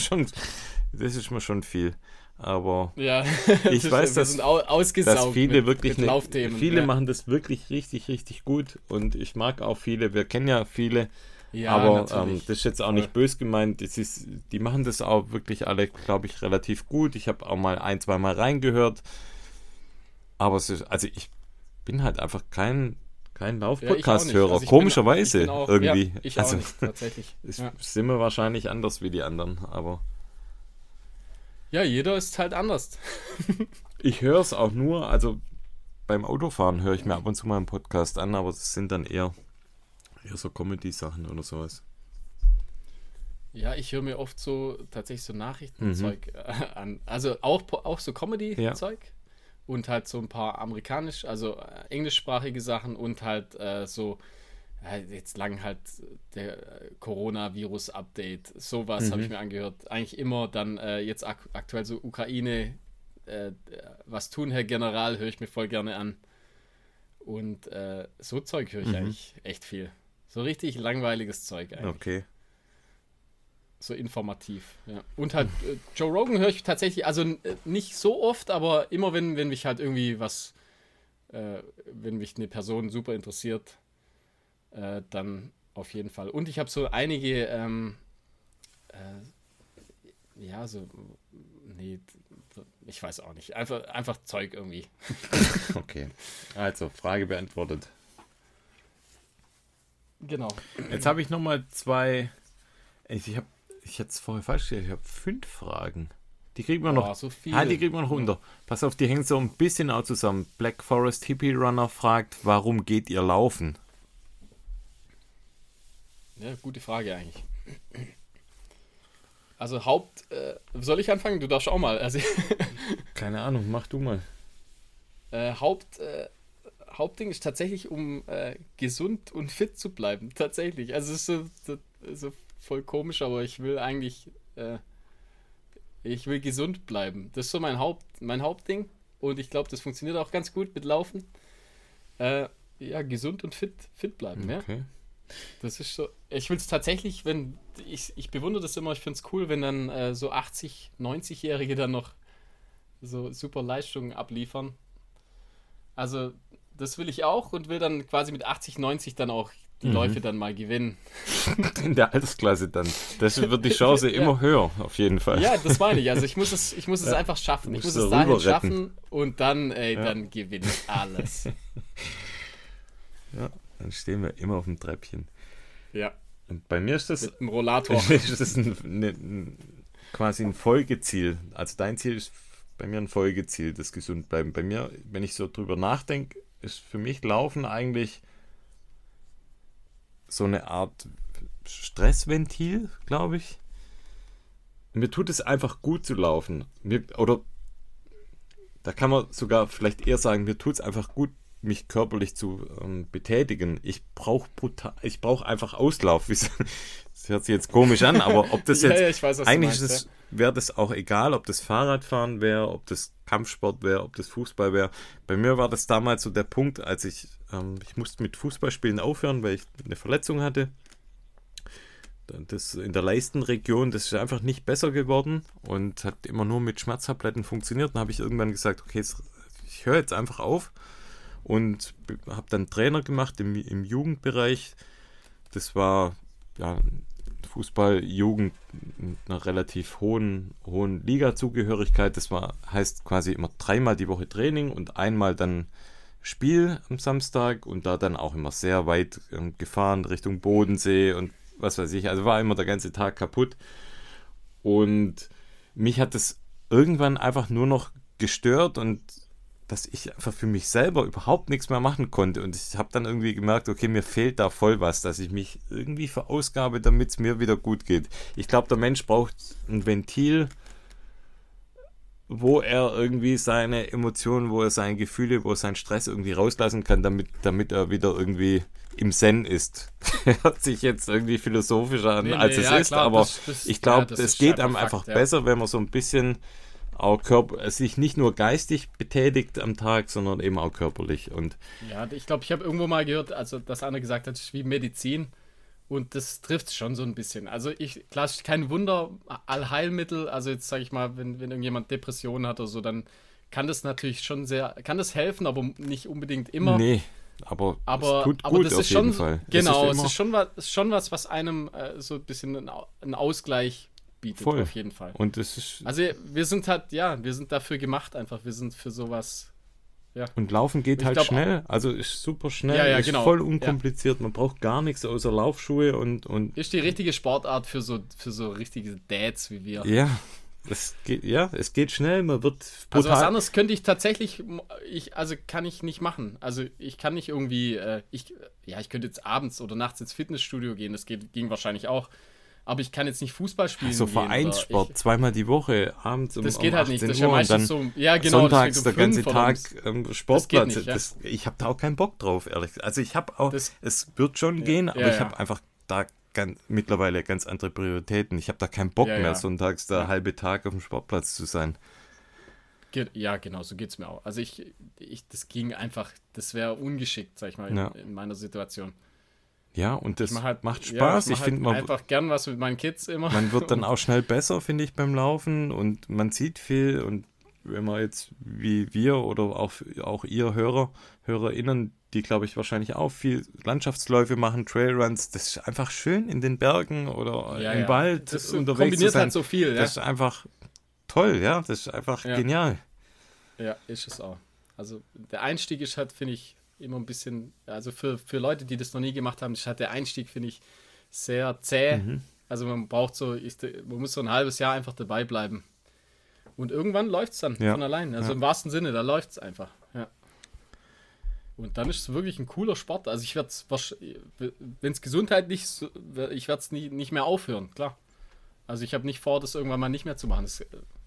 ist mir schon viel. Aber Ja, ich weiß, wir sind ausgesaugt dass viele mit, wirklich mit Laufthemen. viele ja. machen das wirklich richtig, richtig gut. Und ich mag auch viele. Wir kennen ja viele. Ja, Aber natürlich. das ist jetzt auch nicht bös gemeint. Die machen das auch wirklich alle, glaube ich, relativ gut. Ich habe auch mal 1-2 Mal reingehört. Aber ich bin halt einfach kein Lauf-Podcast-Hörer. Also ich Komischerweise bin auch, irgendwie. Ja, ich auch nicht, tatsächlich. Sind wir wahrscheinlich anders wie die anderen. Aber Ja, jeder ist halt anders. ich höre es auch nur, also beim Autofahren höre ich mir ab und zu mal einen Podcast an, aber das sind dann eher so Comedy-Sachen oder sowas. Ja, ich höre mir oft tatsächlich so Nachrichtenzeug an. Also auch so Comedy-Zeug und halt so ein paar englischsprachige Sachen und halt jetzt lang halt der Coronavirus-Update. Sowas habe ich mir angehört. Eigentlich immer dann jetzt aktuell so Ukraine, was tun, Herr General, höre ich mir voll gerne an. Und so Zeug höre ich eigentlich echt viel. So richtig langweiliges Zeug eigentlich. Okay. So informativ, ja. Und halt Joe Rogan höre ich tatsächlich, also nicht so oft, aber immer wenn mich halt irgendwie wenn mich eine Person super interessiert, dann auf jeden Fall. Und ich habe so einige, ich weiß auch nicht, einfach Zeug irgendwie. Okay. Also, Frage beantwortet. Genau. Jetzt habe ich nochmal 2. Ich hätte es vorher falsch gestellt. Ich habe 5 Fragen. Die kriegen wir noch. So viel. Die kriegen wir noch unter. Pass auf, die hängen so ein bisschen auch zusammen. Black Forest Hippie Runner fragt, warum geht ihr laufen? Ja, gute Frage eigentlich. Also soll ich anfangen? Du darfst auch mal. Also Keine Ahnung, mach du mal. Hauptding ist tatsächlich, um gesund und fit zu bleiben. Tatsächlich. Also es ist so voll komisch, aber ich will eigentlich gesund bleiben. Das ist so mein Hauptding. Und ich glaube, das funktioniert auch ganz gut mit Laufen. ja, gesund und fit bleiben, ja. Okay. Das ist so. Ich will es tatsächlich, wenn ich bewundere das immer, ich finde es cool, wenn dann so 80, 90-Jährige dann noch so super Leistungen abliefern. Also, das will ich auch und will dann quasi mit 80, 90 dann auch die Läufe dann mal gewinnen. In der Altersklasse dann. Das wird die Chance immer höher, auf jeden Fall. Ja, das meine ich. Also ich muss es einfach schaffen. Ich muss es dahin schaffen und dann, dann gewinne ich alles. Ja, dann stehen wir immer auf dem Treppchen. Ja. Und bei mir ist das, mit dem Rollator. ist das quasi ein Folgeziel. Also dein Ziel ist bei mir ein Folgeziel, das gesund bleiben. Bei mir, wenn ich so drüber nachdenke, ist für mich Laufen eigentlich so eine Art Stressventil, glaube ich. Mir tut es einfach gut zu laufen. Oder da kann man sogar vielleicht eher sagen, mir tut es einfach gut, mich körperlich zu betätigen. Ich brauche einfach Auslauf. Das hört sich jetzt komisch an, aber ob das jetzt ich weiß, was eigentlich du meinst, wäre das auch egal, ob das Fahrradfahren wäre, ob das Kampfsport wäre, ob das Fußball wäre. Bei mir war das damals so der Punkt, als ich musste mit Fußballspielen aufhören, weil ich eine Verletzung hatte. Das in der Leistenregion, das ist einfach nicht besser geworden und hat immer nur mit Schmerztabletten funktioniert. Dann habe ich irgendwann gesagt, okay, ich höre jetzt einfach auf. Und habe dann Trainer gemacht im Jugendbereich. Das war ja, Fußball-Jugend mit einer relativ hohen Liga-Zugehörigkeit. Das heißt quasi immer 3-mal die Woche Training und einmal dann Spiel am Samstag und da dann auch immer sehr weit gefahren Richtung Bodensee und was weiß ich. Also war immer der ganze Tag kaputt. Und mich hat das irgendwann einfach nur noch gestört und dass ich einfach für mich selber überhaupt nichts mehr machen konnte. Und ich habe dann irgendwie gemerkt, okay, mir fehlt da voll was, dass ich mich irgendwie verausgabe, damit es mir wieder gut geht. Ich glaube, der Mensch braucht ein Ventil, wo er irgendwie seine Emotionen, wo er seine Gefühle, wo er seinen Stress irgendwie rauslassen kann, damit er wieder irgendwie im Zen ist. Hört sich jetzt irgendwie philosophischer an, als es ist, klar, aber ich glaube, es geht einem einfach besser, wenn man so ein bisschen auch sich nicht nur geistig betätigt am Tag, sondern eben auch körperlich. Und ja, ich glaube, ich habe irgendwo mal gehört, also dass einer gesagt hat, es ist wie Medizin und das trifft es schon so ein bisschen. Also klar, es ist kein Wunder, Allheilmittel, also jetzt sage ich mal, wenn irgendjemand Depressionen hat oder so, dann kann das natürlich schon kann das helfen, aber nicht unbedingt immer. Nee, aber es tut gut das auf ist schon, jeden Fall. Genau, es ist schon was einem so ein bisschen einen Ausgleich bietet, voll. Auf jeden Fall. Und das ist, also wir sind dafür gemacht einfach, wir sind für sowas, ja. Und Laufen geht halt schnell, also ist super schnell, ist voll unkompliziert, man braucht gar nichts außer Laufschuhe und ist die richtige Sportart für so richtige Dads wie wir. Ja, es geht schnell, man wird brutal. Also was anderes könnte ich tatsächlich, kann ich nicht machen. Also ich kann nicht irgendwie, ich könnte jetzt abends oder nachts ins Fitnessstudio gehen, das ging wahrscheinlich auch. Aber ich kann jetzt nicht Fußball spielen. So Vereinssport, 2-mal die Woche, abends das geht halt nicht. Das ist Uhr ja meistens und dann so, ja genau. sonntags der ganze Tag Sportplatz. Das geht nicht, ich habe da auch keinen Bock drauf, ehrlich gesagt. Also ich habe auch, es wird schon gehen, aber ich habe einfach da mittlerweile ganz andere Prioritäten. Ich habe da keinen Bock mehr, sonntags der halbe Tag auf dem Sportplatz zu sein. Ja, genau, so geht es mir auch. Also das ging einfach, das wäre ungeschickt, sag ich mal, in meiner Situation. Ja, und das macht Spaß. Ich finde einfach gern was mit meinen Kids immer. Man wird dann auch schnell besser, finde ich, beim Laufen und man sieht viel und wenn man jetzt wie wir oder auch ihr HörerInnen, die glaube ich wahrscheinlich auch viel Landschaftsläufe machen, Trailruns, das ist einfach schön in den Bergen oder im Wald das unterwegs zu sein. Halt so viel. Das ist einfach toll, ja, das ist einfach genial. Ja, ist es auch. Also der Einstieg ist halt, finde ich, immer ein bisschen, also für Leute, die das noch nie gemacht haben, ist halt der Einstieg, finde ich, sehr zäh. Also man braucht man muss so ein halbes Jahr einfach dabei bleiben. Und irgendwann läuft es dann von allein. Also im wahrsten Sinne, da läuft es einfach. Ja. Und dann ist es wirklich ein cooler Sport. Also ich werde es, wenn es gesundheitlich, ich werde es nicht mehr aufhören, klar. Also ich habe nicht vor, das irgendwann mal nicht mehr zu machen.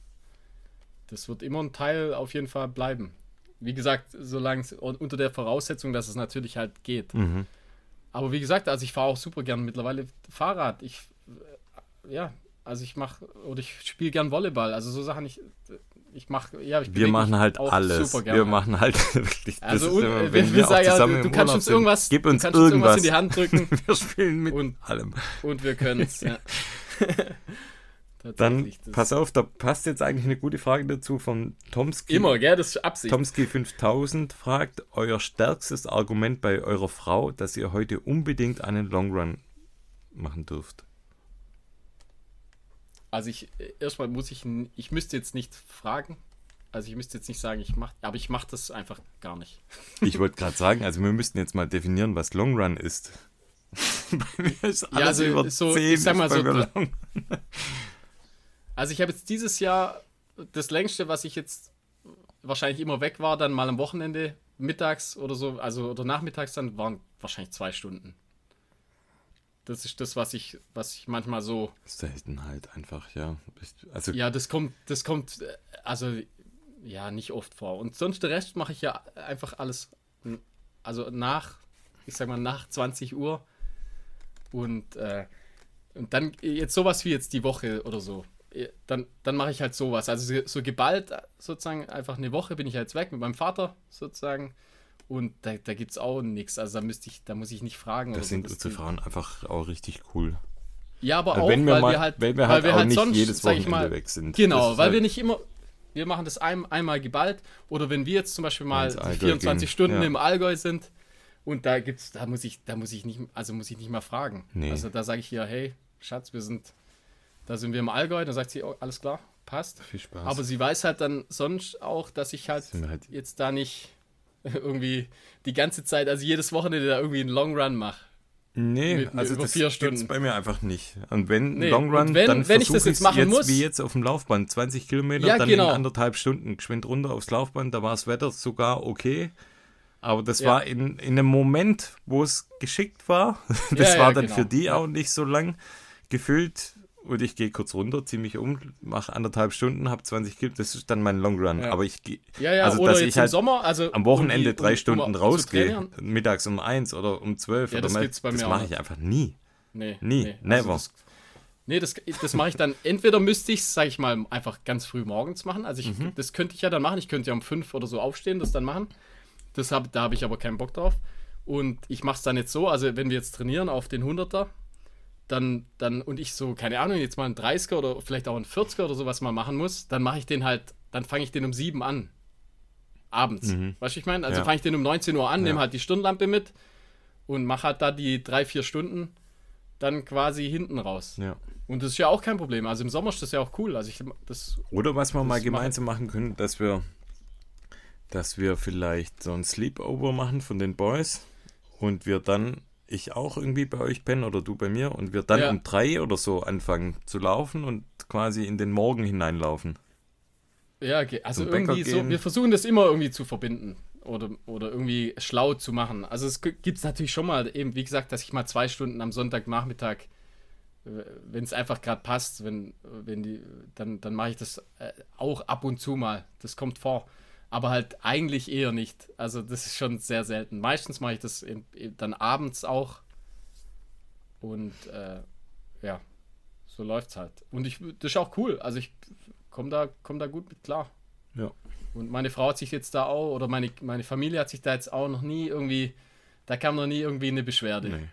Das wird immer ein Teil auf jeden Fall bleiben. Wie gesagt, solange unter der Voraussetzung, dass es natürlich halt geht. Aber wie gesagt, also ich fahre auch super gern mittlerweile Fahrrad. Ich spiele gern Volleyball. Also so Sachen, ich wir bewege machen mich halt auch alles. super gerne. Wir machen halt wirklich. Das Also ist immer, wenn wir wir auch sagen ja, zusammen du im kannst Urlaub uns sind, irgendwas, gib uns du kannst uns irgendwas irgendwas. in die Hand drücken Wir spielen mit und, allem. und wir können es. Ja. Dann, Tatsächlich, das- pass auf, da passt jetzt eigentlich eine gute Frage dazu von Tomski. Immer, gell, das ist Absicht. Tomski 5000 fragt, euer stärkstes Argument bei eurer Frau, dass ihr heute unbedingt einen Long Run machen dürft. Also erstmal ich müsste jetzt nicht fragen, also ich müsste jetzt nicht sagen, aber ich mache das einfach gar nicht. Ich wollte gerade sagen, also wir müssten jetzt mal definieren, was Long Run ist. Bei mir ist alles also über so, 10 ich sag mal ist bei so, mir Long. Also ich habe jetzt dieses Jahr das längste, was ich jetzt wahrscheinlich immer weg war, dann mal am Wochenende, mittags oder so, also oder nachmittags dann, waren wahrscheinlich 2 Stunden. Das ist das, was ich manchmal so. Selten halt einfach, ja. Also Ja, das kommt, also ja, nicht oft vor. Und sonst der Rest mache ich ja einfach alles, also ich sag mal nach 20 Uhr und dann jetzt sowas wie jetzt die Woche oder so. Dann mache ich halt sowas. Also so geballt sozusagen einfach eine Woche bin ich jetzt weg mit meinem Vater sozusagen. Und da gibt es auch nichts. Also da muss ich nicht fragen. das oder sind so. unsere Frauen einfach auch richtig cool. Ja, aber Also auch, weil wir halt auch nicht sonst, jedes sag ich Wochenende mal, weg sind. Genau, Das weil ist wir halt- nicht immer, wir machen das einmal geballt. Oder wenn wir jetzt zum Beispiel mal Ins Allgäu 24 gehen, Stunden ja. im Allgäu sind und da muss ich nicht mal fragen. Nee. Also da sage ich ihr, hey, Schatz, da sind wir im Allgäu. Dann sagt sie, oh, alles klar, passt. Viel Spaß. Aber sie weiß halt dann sonst auch, dass ich halt Sind wir halt- jetzt da nicht irgendwie die ganze Zeit, also jedes Wochenende da irgendwie einen Long Run mache. Nee, mit also über das 4 gibt's Stunden. bei mir einfach nicht. Und wenn Nee, Long Run, und wenn dann ich das versuche jetzt ich machen jetzt muss- wie jetzt auf dem Laufband, 20 Kilometer, Ja, dann genau. in 1,5 Stunden geschwind runter aufs Laufband, da war das Wetter sogar okay. Aber das Ja. war in einem Moment, wo es geschickt war. Das Ja, war ja, dann genau. für die Ja. auch nicht so lang gefüllt. Und ich gehe kurz runter, ziehe mich um, mache 1,5 Stunden, habe 20 Kilometer, das ist dann mein Long Run. Ja. Aber ich gehe, Ja, also oder dass jetzt ich im halt Sommer, also am Wochenende irgendwie, 3 Stunden zu rausgehe, trainieren. mittags um 1 oder um 12 Ja, oder das mal, gibt's bei das mir auch mache nicht. ich einfach nie. Nee, Nie, never. Also das mache ich dann, entweder müsste ich es, sage ich mal, einfach ganz früh morgens machen. Also das könnte ich ja dann machen. Ich könnte ja um 5 oder so aufstehen, das dann machen. Da habe ich aber keinen Bock drauf. Und ich mache es dann jetzt so, also wenn wir jetzt trainieren auf den 100er, dann und ich so, keine Ahnung, jetzt mal einen 30er oder vielleicht auch einen 40er oder sowas mal machen muss, dann mache ich den halt, dann fange ich den um 7 an. Abends. Weißt du, was ich meine? Also Ja. fange ich den um 19 Uhr an, nehme Ja. halt die Stirnlampe mit und mache halt da die 3-4 Stunden dann quasi hinten raus. Ja. Und das ist ja auch kein Problem. Also im Sommer ist das ja auch cool. Also Oder was wir mal Das gemeinsam machen können, dass wir vielleicht so ein Sleepover machen von den Boys und wir dann, ich auch irgendwie bei euch pennen oder du bei mir und wir dann Ja. um 3 oder so anfangen zu laufen und quasi in den Morgen hineinlaufen. ja, okay. Also Zum Bäcker irgendwie so, gehen. wir versuchen das immer irgendwie zu verbinden oder irgendwie schlau zu machen. Also es gibt es natürlich schon mal, eben wie gesagt, dass ich mal 2 Stunden am Sonntagnachmittag, wenn es einfach gerade passt, wenn dann mache ich das auch ab und zu mal. Das kommt vor. Aber halt eigentlich eher nicht. Also das ist schon sehr selten. Meistens mache ich das dann abends auch. Und ja, so läuft's halt. Und das ist auch cool. Also ich komm da gut mit klar. Ja. Und meine Frau hat sich jetzt da auch, oder meine Familie hat sich da jetzt auch noch nie irgendwie, da kam noch nie irgendwie eine Beschwerde. Nee.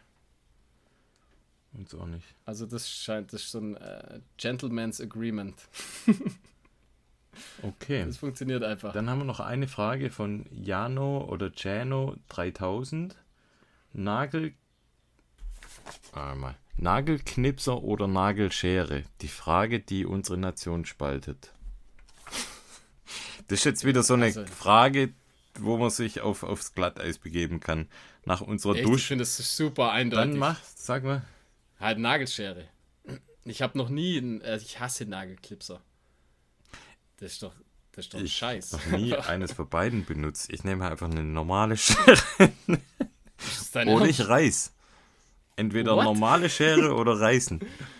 Uns auch nicht. Also das ist so ein Gentleman's Agreement. Okay. Das funktioniert einfach. Dann haben wir noch eine Frage von Jano oder Jano 3000. Nagelknipser oder Nagelschere? Die Frage, die unsere Nation spaltet. Das ist jetzt wieder so eine Also- Frage, wo man sich aufs Glatteis begeben kann. Nach unserer Echt, ich Dusche. finde das ist super eindeutig. Dann sag mal. Halt Nagelschere. Ich habe noch nie, ich hasse Nagelklipser. Das ist doch ein Ich Scheiß. habe noch nie eines von beiden benutzt. Ich nehme einfach eine normale Schere. Das ist dein Oder Ernst? ich reiß. Entweder What? normale Schere oder reißen.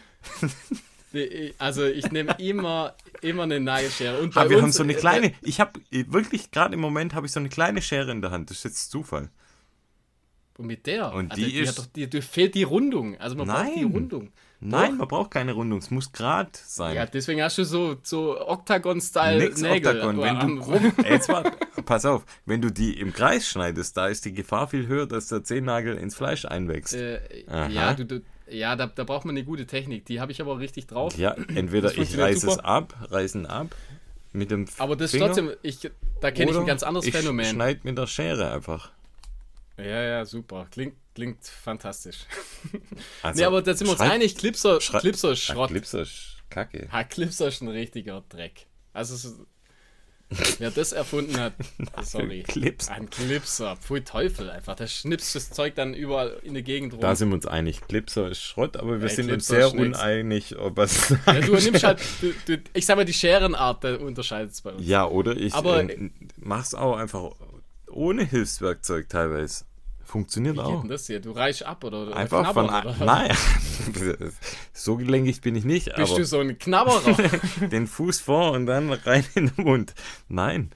Also ich nehme immer eine Nagelschere. Und bei Aber wir haben uns, so eine kleine, ich habe wirklich gerade im Moment habe ich so eine kleine Schere in der Hand. Das ist jetzt Zufall. Und mit der? Und also die ist... hat doch, die fehlt die Rundung. Also man braucht die Rundung. Nein, man braucht keine Rundung. Es muss gerade sein. Ja, deswegen hast du so Octagon-Style Nix Nägel. Octagon. Wenn du, jetzt pass auf, wenn du die im Kreis schneidest, da ist die Gefahr viel höher, dass der Zehennagel ins Fleisch einwächst. Ja, da braucht man eine gute Technik. Die habe ich aber richtig drauf. Ja, entweder ich reiße es ab mit dem aber das Finger, trotzdem, da kenne ich ein ganz anderes Phänomen. Ich schneide mit der Schere einfach. Ja, super. Klingt fantastisch. Also, nee, aber da sind wir uns einig, Clipser ist Schrott. Clipser ist Kacke. Clipser ist ein richtiger Dreck. Also, wer das erfunden hat, sorry. Ein Clipser. Pfui Teufel einfach. Der schnipst das Zeug dann überall in der Gegend rum. Da sind wir uns einig. Clipser ist Schrott, aber wir sind uns sehr uneinig, ob was. Ja, du nimmst halt, ich sag mal, die Scherenart, da unterscheidet es bei uns. Ja, oder ich mach's auch einfach ohne Hilfswerkzeug teilweise. Funktioniert auch. Wie geht denn das hier? Du reichst ab oder einfach oder? Nein, so gelenkig bin ich nicht. Bist du so ein Knabberer? Den Fuß vor und dann rein in den Mund. Nein.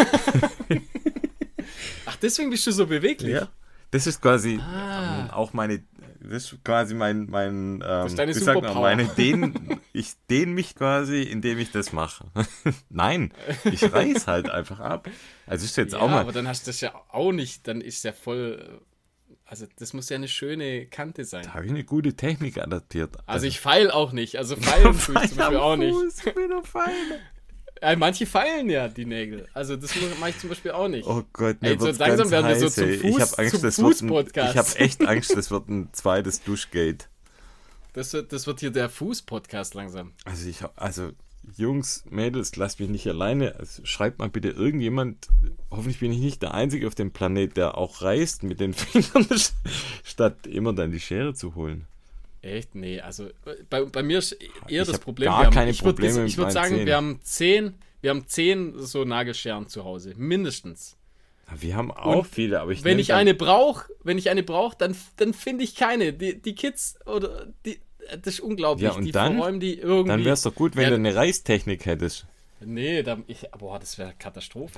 Ach, deswegen bist du so beweglich? Ja. Das ist quasi auch mein das ist deine Superpower. Ich dehne mich quasi, indem ich das mache. Nein, ich reiß halt einfach ab. Also ist jetzt auch mal. Aber dann hast du das ja auch nicht, dann ist ja voll. Also das muss ja eine schöne Kante sein. Da habe ich eine gute Technik adaptiert. Also ich feile auch nicht. Also feilen tue ich zum Beispiel auch nicht. Manche feilen ja die Nägel. Also das mache ich zum Beispiel auch nicht. Oh Gott, so langsam werden wir so zum Fuß-Podcast. Ich habe echt Angst, das wird ein zweites Duschgate. Das wird hier der Fuß-Podcast langsam. Also Jungs, Mädels, lasst mich nicht alleine. Also, schreibt mal bitte irgendjemand, hoffentlich bin ich nicht der Einzige auf dem Planet, der auch reißt mit den Fingern, statt immer dann die Schere zu holen. Echt? Nee, also bei mir ist eher das Problem. Ich würde sagen, wir haben 10 so Nagelscheren zu Hause, mindestens. Wir haben auch viele, aber wenn ich eine brauche, dann finde ich keine. Die Kids oder das ist unglaublich. Ja, und dann wäre es doch gut, wenn du eine Reißtechnik hättest. Nee, das wäre Katastrophe.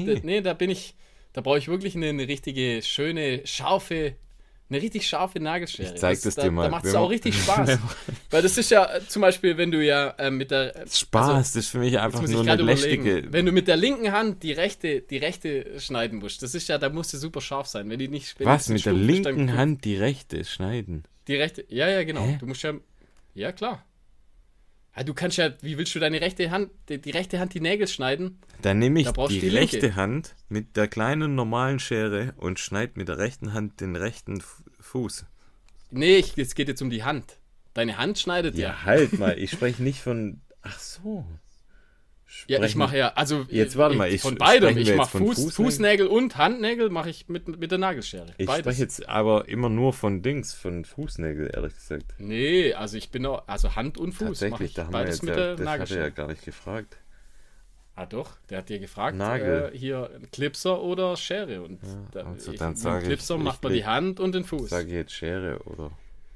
Da brauche ich wirklich eine richtige, schöne, eine richtig scharfe Nagelschere. Ich zeig das dir mal. Da macht es auch richtig Spaß. Weil das ist ja zum Beispiel, wenn du ja mit der... das ist für mich einfach nur eine lästige... Wenn du mit der linken Hand die rechte schneiden musst, das ist ja, da musst du super scharf sein. Wenn die nicht... Was, mit der linken Hand die rechte schneiden? Die rechte, ja, genau. Du musst ja, klar. Ja, du kannst ja, wie willst du deine rechte Hand, die rechte Hand die Nägel schneiden? Dann nehme ich die rechte Hand mit der kleinen normalen Schere und schneide mit der rechten Hand den rechten Fuß. Nee, es geht jetzt um die Hand. Deine Hand schneidet ja. Ja, halt mal, ich spreche nicht von... Ach so. Ja, ich mache ja, also jetzt warte mal, von beidem. Ich mache Fußnägel und Handnägel mache ich mit der Nagelschere. Ich spreche jetzt aber immer nur von Fußnägel, ehrlich gesagt. Nee, also ich bin auch, Hand und Fuß mache ich beides mit der Nagelschere. Das hat er ja gar nicht gefragt. Ah doch, der hat dir gefragt, Nagel. Hier Clipser oder Schere. Und dann sage ich, Clipser macht man die Hand und den Fuß. Ich sage jetzt Schere oder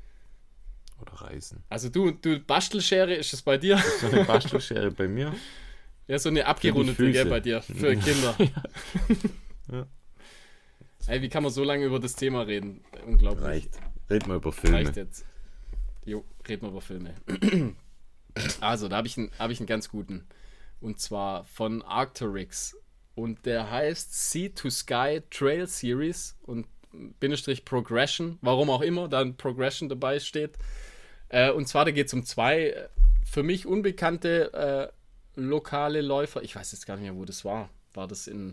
Reißen. Also du Bastelschere, ist es bei dir? Ist so eine Bastelschere bei mir? Ja, so eine abgerundete, gell, bei dir, für Kinder. Ja. Ey, wie kann man so lange über das Thema reden? Unglaublich. Reicht. Reden wir über Filme. Reicht jetzt. Jo, reden wir über Filme. Also, da habe ich einen ganz guten. Und zwar von Arc'teryx. Und der heißt Sea to Sky Trail Series und _ Progression. Warum auch immer, da ein Progression dabei steht. Und zwar, da geht es um 2 für mich unbekannte lokale Läufer. Ich weiß jetzt gar nicht mehr, wo das war. War das in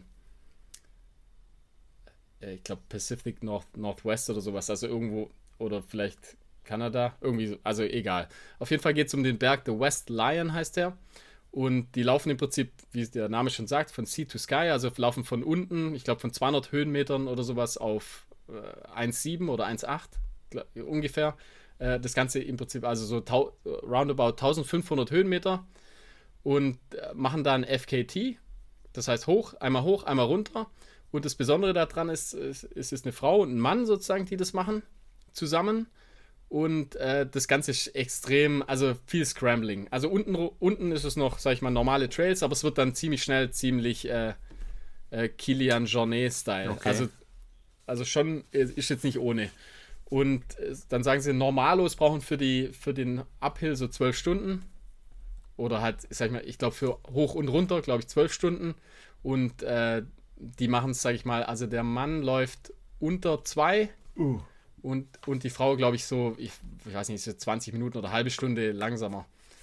ich glaube Pacific Northwest oder sowas, also irgendwo, oder vielleicht Kanada, irgendwie, also egal. Auf jeden Fall geht es um den Berg, The West Lion heißt der. Und die laufen im Prinzip, wie der Name schon sagt, von Sea to Sky, also laufen von unten, ich glaube von 200 Höhenmetern oder sowas auf 1,7 oder 1,8 ungefähr. Das Ganze im Prinzip, also so roundabout 1500 Höhenmeter. Und machen da ein FKT, das heißt hoch, einmal runter. Und das Besondere daran ist, es ist eine Frau und ein Mann sozusagen, die das machen, zusammen. Und das Ganze ist extrem, also viel Scrambling. Also unten ist es noch, sag ich mal, normale Trails, aber es wird dann ziemlich schnell ziemlich Kilian Jornet-Style. Okay. Also also schon, ist jetzt nicht ohne. Und dann sagen sie, Normalos brauchen für den Uphill so 12 Stunden. Oder halt, sag ich mal, ich glaube für hoch und runter, glaube ich, 12 Stunden. Und die machen es, sag ich mal, also der Mann läuft unter 2 und die Frau, glaube ich, so, ich weiß nicht, so 20 Minuten oder eine halbe Stunde langsamer.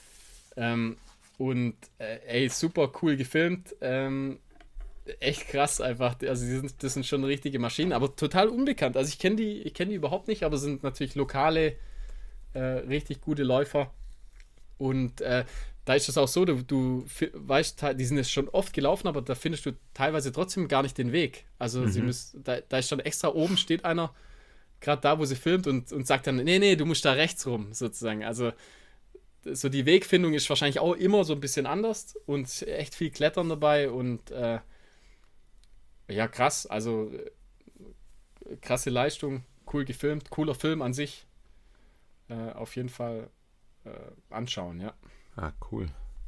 Ey, super cool gefilmt. Echt krass einfach. Also das sind schon richtige Maschinen, aber total unbekannt. Also ich kenne die überhaupt nicht, aber sind natürlich lokale, richtig gute Läufer. Und da ist es auch so, du weißt, die sind jetzt schon oft gelaufen, aber da findest du teilweise trotzdem gar nicht den Weg. Also da ist schon extra oben steht einer, gerade da, wo sie filmt und sagt dann, nee, du musst da rechts rum, sozusagen. Also so die Wegfindung ist wahrscheinlich auch immer so ein bisschen anders und echt viel Klettern dabei und ja, krass, also krasse Leistung, cool gefilmt, cooler Film an sich. Auf jeden Fall anschauen, ja. Ah, cool.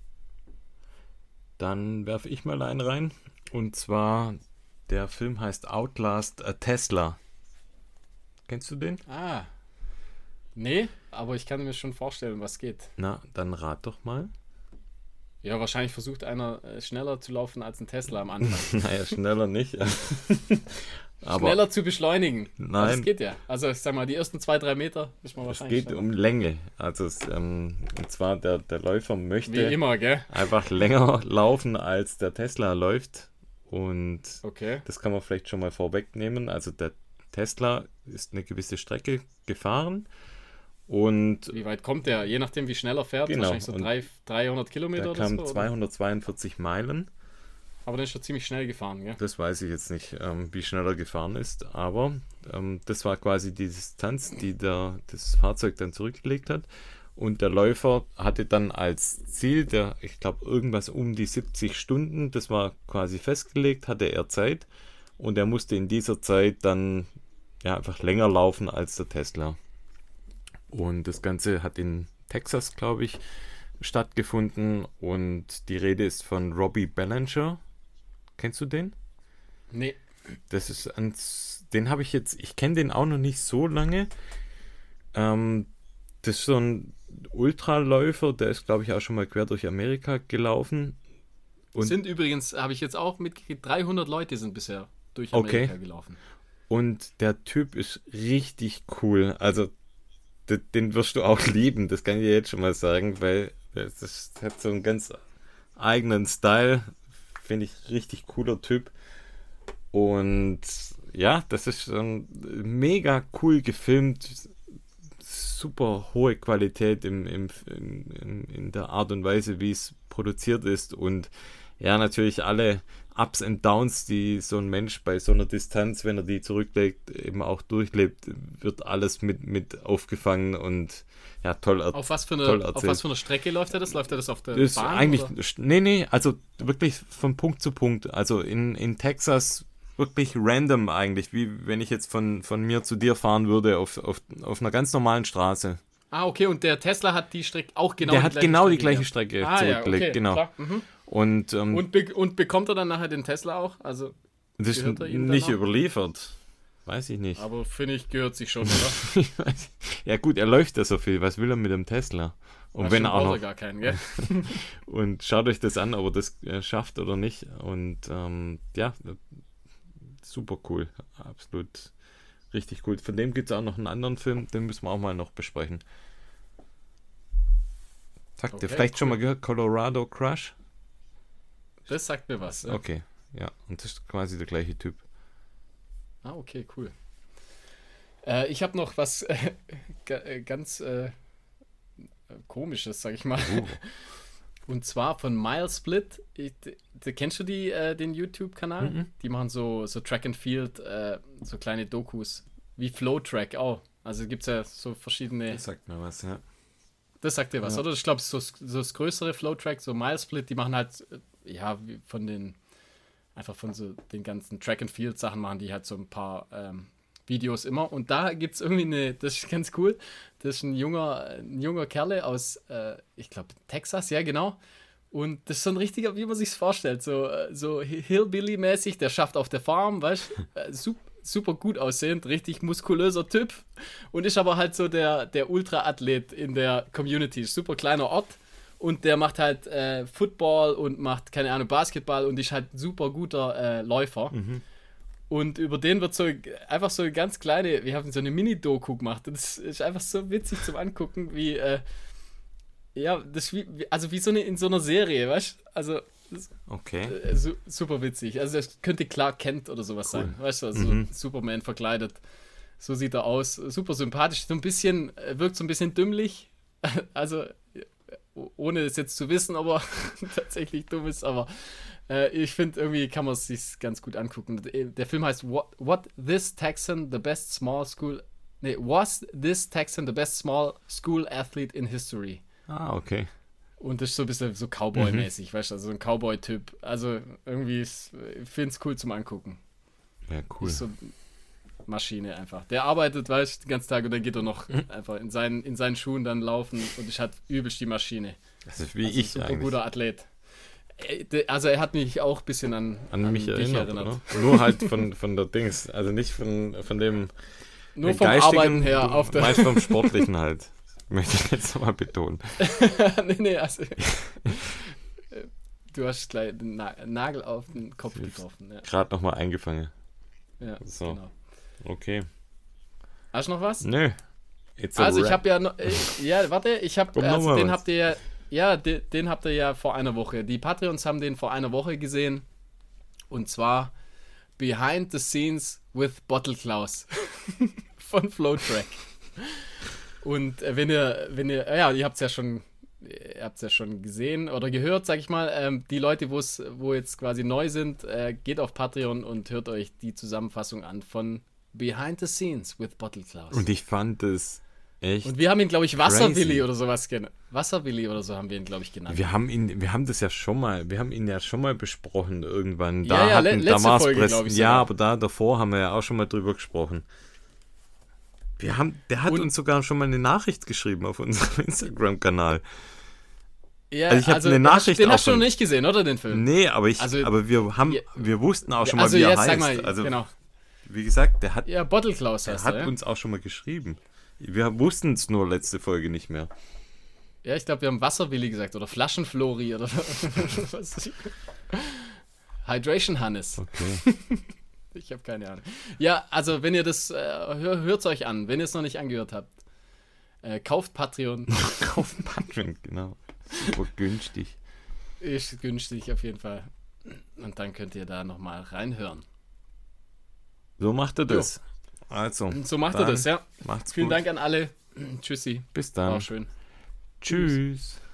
Dann werfe ich mal einen rein. Und zwar, der Film heißt Outlast a Tesla. Kennst du den? Ah, nee, aber ich kann mir schon vorstellen, was geht. Na, dann rat doch mal. Ja, wahrscheinlich versucht einer schneller zu laufen als ein Tesla am Anfang. Naja, schneller nicht. Aber schneller zu beschleunigen. Nein. Das geht ja. Also ich sag mal, die ersten 2-3 Meter ist man wahrscheinlich. Es geht um Länge. Also und zwar der Läufer möchte wie immer, gell? einfach länger laufen, als der Tesla läuft. Und okay. Das kann man vielleicht schon mal vorwegnehmen. Also der Tesla ist eine gewisse Strecke gefahren. Und wie weit kommt der? Je nachdem, wie schnell er fährt. Genau. Wahrscheinlich so 300 Kilometer der oder kam so. 242 Meilen. Aber der ist schon ziemlich schnell gefahren, gell? Das weiß ich jetzt nicht, wie schnell er gefahren ist. Aber das war quasi die Distanz, die das Fahrzeug dann zurückgelegt hat. Und der Läufer hatte dann als Ziel, ich glaube, irgendwas um die 70 Stunden, das war quasi festgelegt, hatte er Zeit. Und er musste in dieser Zeit dann ja einfach länger laufen als der Tesla. Und das Ganze hat in Texas, glaube ich, stattgefunden. Und die Rede ist von Robbie Ballinger. Kennst du den? Nee. Das ist den habe ich jetzt, ich kenne den auch noch nicht so lange. Das ist so ein Ultraläufer, der ist, glaube ich, auch schon mal quer durch Amerika gelaufen. Und sind übrigens, habe ich jetzt auch mitgekriegt, 300 Leute sind bisher durch Amerika gelaufen. Und der Typ ist richtig cool. Also den wirst du auch lieben, das kann ich dir jetzt schon mal sagen, weil das hat so einen ganz eigenen Style. Finde ich richtig cooler Typ. Und ja, das ist mega cool gefilmt. Super hohe Qualität in der Art und Weise, wie es produziert ist. Und ja, natürlich alle Ups und Downs, die so ein Mensch bei so einer Distanz, wenn er die zurücklegt, eben auch durchlebt, wird alles mit aufgefangen und ja, toll erzählt. Auf was für eine Strecke läuft er das? Läuft er das auf der das Bahn? Eigentlich, oder? Nee, also wirklich von Punkt zu Punkt. Also in Texas wirklich random eigentlich, wie wenn ich jetzt von mir zu dir fahren würde auf einer ganz normalen Straße. Ah, okay, und der Tesla hat die Strecke auch genau die gleiche Strecke. Der hat genau die gleiche Strecke zurückgelegt, ja, okay, genau. Klar. Mhm. Und bekommt er dann nachher den Tesla auch? Also das ist nicht überliefert. Weiß ich nicht. Aber finde ich, gehört sich schon, oder? Ja gut, er läuft ja so viel. Was will er mit dem Tesla? Und wenn er auch noch... gar keinen, gell? Und schaut euch das an, ob er das schafft oder nicht. Und ja, super cool. Absolut richtig cool. Von dem gibt es auch noch einen anderen Film, den müssen wir auch mal noch besprechen. Sagt ihr vielleicht schon mal gehört? Colorado Crush? Das sagt mir was. Ja. Okay, ja. Und das ist quasi der gleiche Typ. Ah, okay, cool. Ich habe noch was ganz Komisches, sag ich mal. Und zwar von Milesplit. Kennst du den YouTube-Kanal? Mhm. Die machen so Track and Field, so kleine Dokus. Wie Flowtrack auch. Also gibt es ja so verschiedene... Das sagt mir was, ja. Das sagt dir was, ja. oder? Ich glaube, so das größere Flowtrack, so Milesplit, die machen halt, ja, einfach von so den ganzen Track and Field Sachen machen die halt so ein paar Videos immer. Und da gibt es irgendwie das ist ganz cool, das ist ein junger Kerle aus, ich glaube, Texas, ja genau. Und das ist so ein richtiger, wie man sich's vorstellt, so Hillbilly-mäßig, der schafft auf der Farm, weißt du, super gut aussehend, richtig muskulöser Typ und ist aber halt so der Ultra-Athlet in der Community. Super kleiner Ort und der macht halt Football und macht, keine Ahnung, Basketball und ist halt ein super guter Läufer. Und über den wird so einfach so eine ganz kleine, wir haben so eine Mini-Doku gemacht. Und das ist einfach so witzig zum Angucken, wie, ja, das wie so eine in so einer Serie, weißt du? Also, Okay. Super witzig. Also, das könnte Clark Kent oder sowas sein, weißt du? Also, Superman verkleidet. So sieht er aus. Super sympathisch. So ein bisschen, wirkt so ein bisschen dümmlich. Also, ohne es jetzt zu wissen, ob er tatsächlich dumm ist, aber. Ich finde, irgendwie kann man es sich ganz gut angucken. Der Film heißt Was this Texan the best small school athlete in history? Ah, okay. Und das ist so ein bisschen so Cowboy-mäßig, weißt du, also so ein Cowboy-Typ. Also irgendwie, ich finde es cool zum Angucken. Ja, cool. Ist so Maschine einfach. Der arbeitet, weißt du, den ganzen Tag und dann geht er noch einfach in seinen Schuhen dann laufen und ich hatte übelst die Maschine. Das ist wie also ich super eigentlich. Guter Athlet. Also er hat mich auch ein bisschen an mich dich erinnert. Oder? Nur halt von der Dings, also nicht von dem nur vom Arbeiten her. Meist vom Sportlichen halt. Möchte ich jetzt nochmal betonen. nee, also du hast gleich den Nagel auf den Kopf getroffen. Ja. Gerade nochmal eingefangen. Ja, so. Genau. Okay. Hast du noch was? Nö. Also ich habe ja noch, ich habe, den habt ihr den habt ihr ja vor einer Woche. Die Patreons haben den vor einer Woche gesehen. Und zwar Behind the Scenes with Bottle Klaus von Flowtrack. Und wenn ihr, ihr habt es ja schon gesehen oder gehört, sag ich mal. Die Leute, wo jetzt quasi neu sind, geht auf Patreon und hört euch die Zusammenfassung an von Behind the Scenes with Bottle Klaus. Und ich fand es echt. Und wir haben ihn, glaube ich, Wasserwilli oder sowas genannt. Wasserwilli oder so haben wir ihn, glaube ich, genannt. Wir haben ihn ja schon mal besprochen irgendwann. Letzte Folge, glaube ich. Ja, aber davor haben wir ja auch schon mal drüber gesprochen. Der hat uns sogar schon mal eine Nachricht geschrieben auf unserem Instagram-Kanal. Ja, also ich habe eine Nachricht. Den hast du noch nicht gesehen, oder, den Film? Nee, aber wir wussten auch schon mal, wie er heißt. Sag mal, also, genau. Wie gesagt, der hat Bottle Klaus heißt er. Uns auch schon mal geschrieben. Wir wussten es nur letzte Folge nicht mehr. Ja, ich glaube, wir haben Wasserwilli gesagt oder Flaschenflori oder was weiß ich. Hydration Hannes. Okay. Ich habe keine Ahnung. Ja, also wenn ihr das, hört es euch an. Wenn ihr es noch nicht angehört habt, kauft Patreon. Kauft Patreon, genau. Super günstig. Ist günstig auf jeden Fall. Und dann könnt ihr da nochmal reinhören. So macht er das. Jo. Also. So macht er das, ja. Macht's Vielen gut. Dank an alle. Tschüssi. Bis dann. War schön. Tschüss.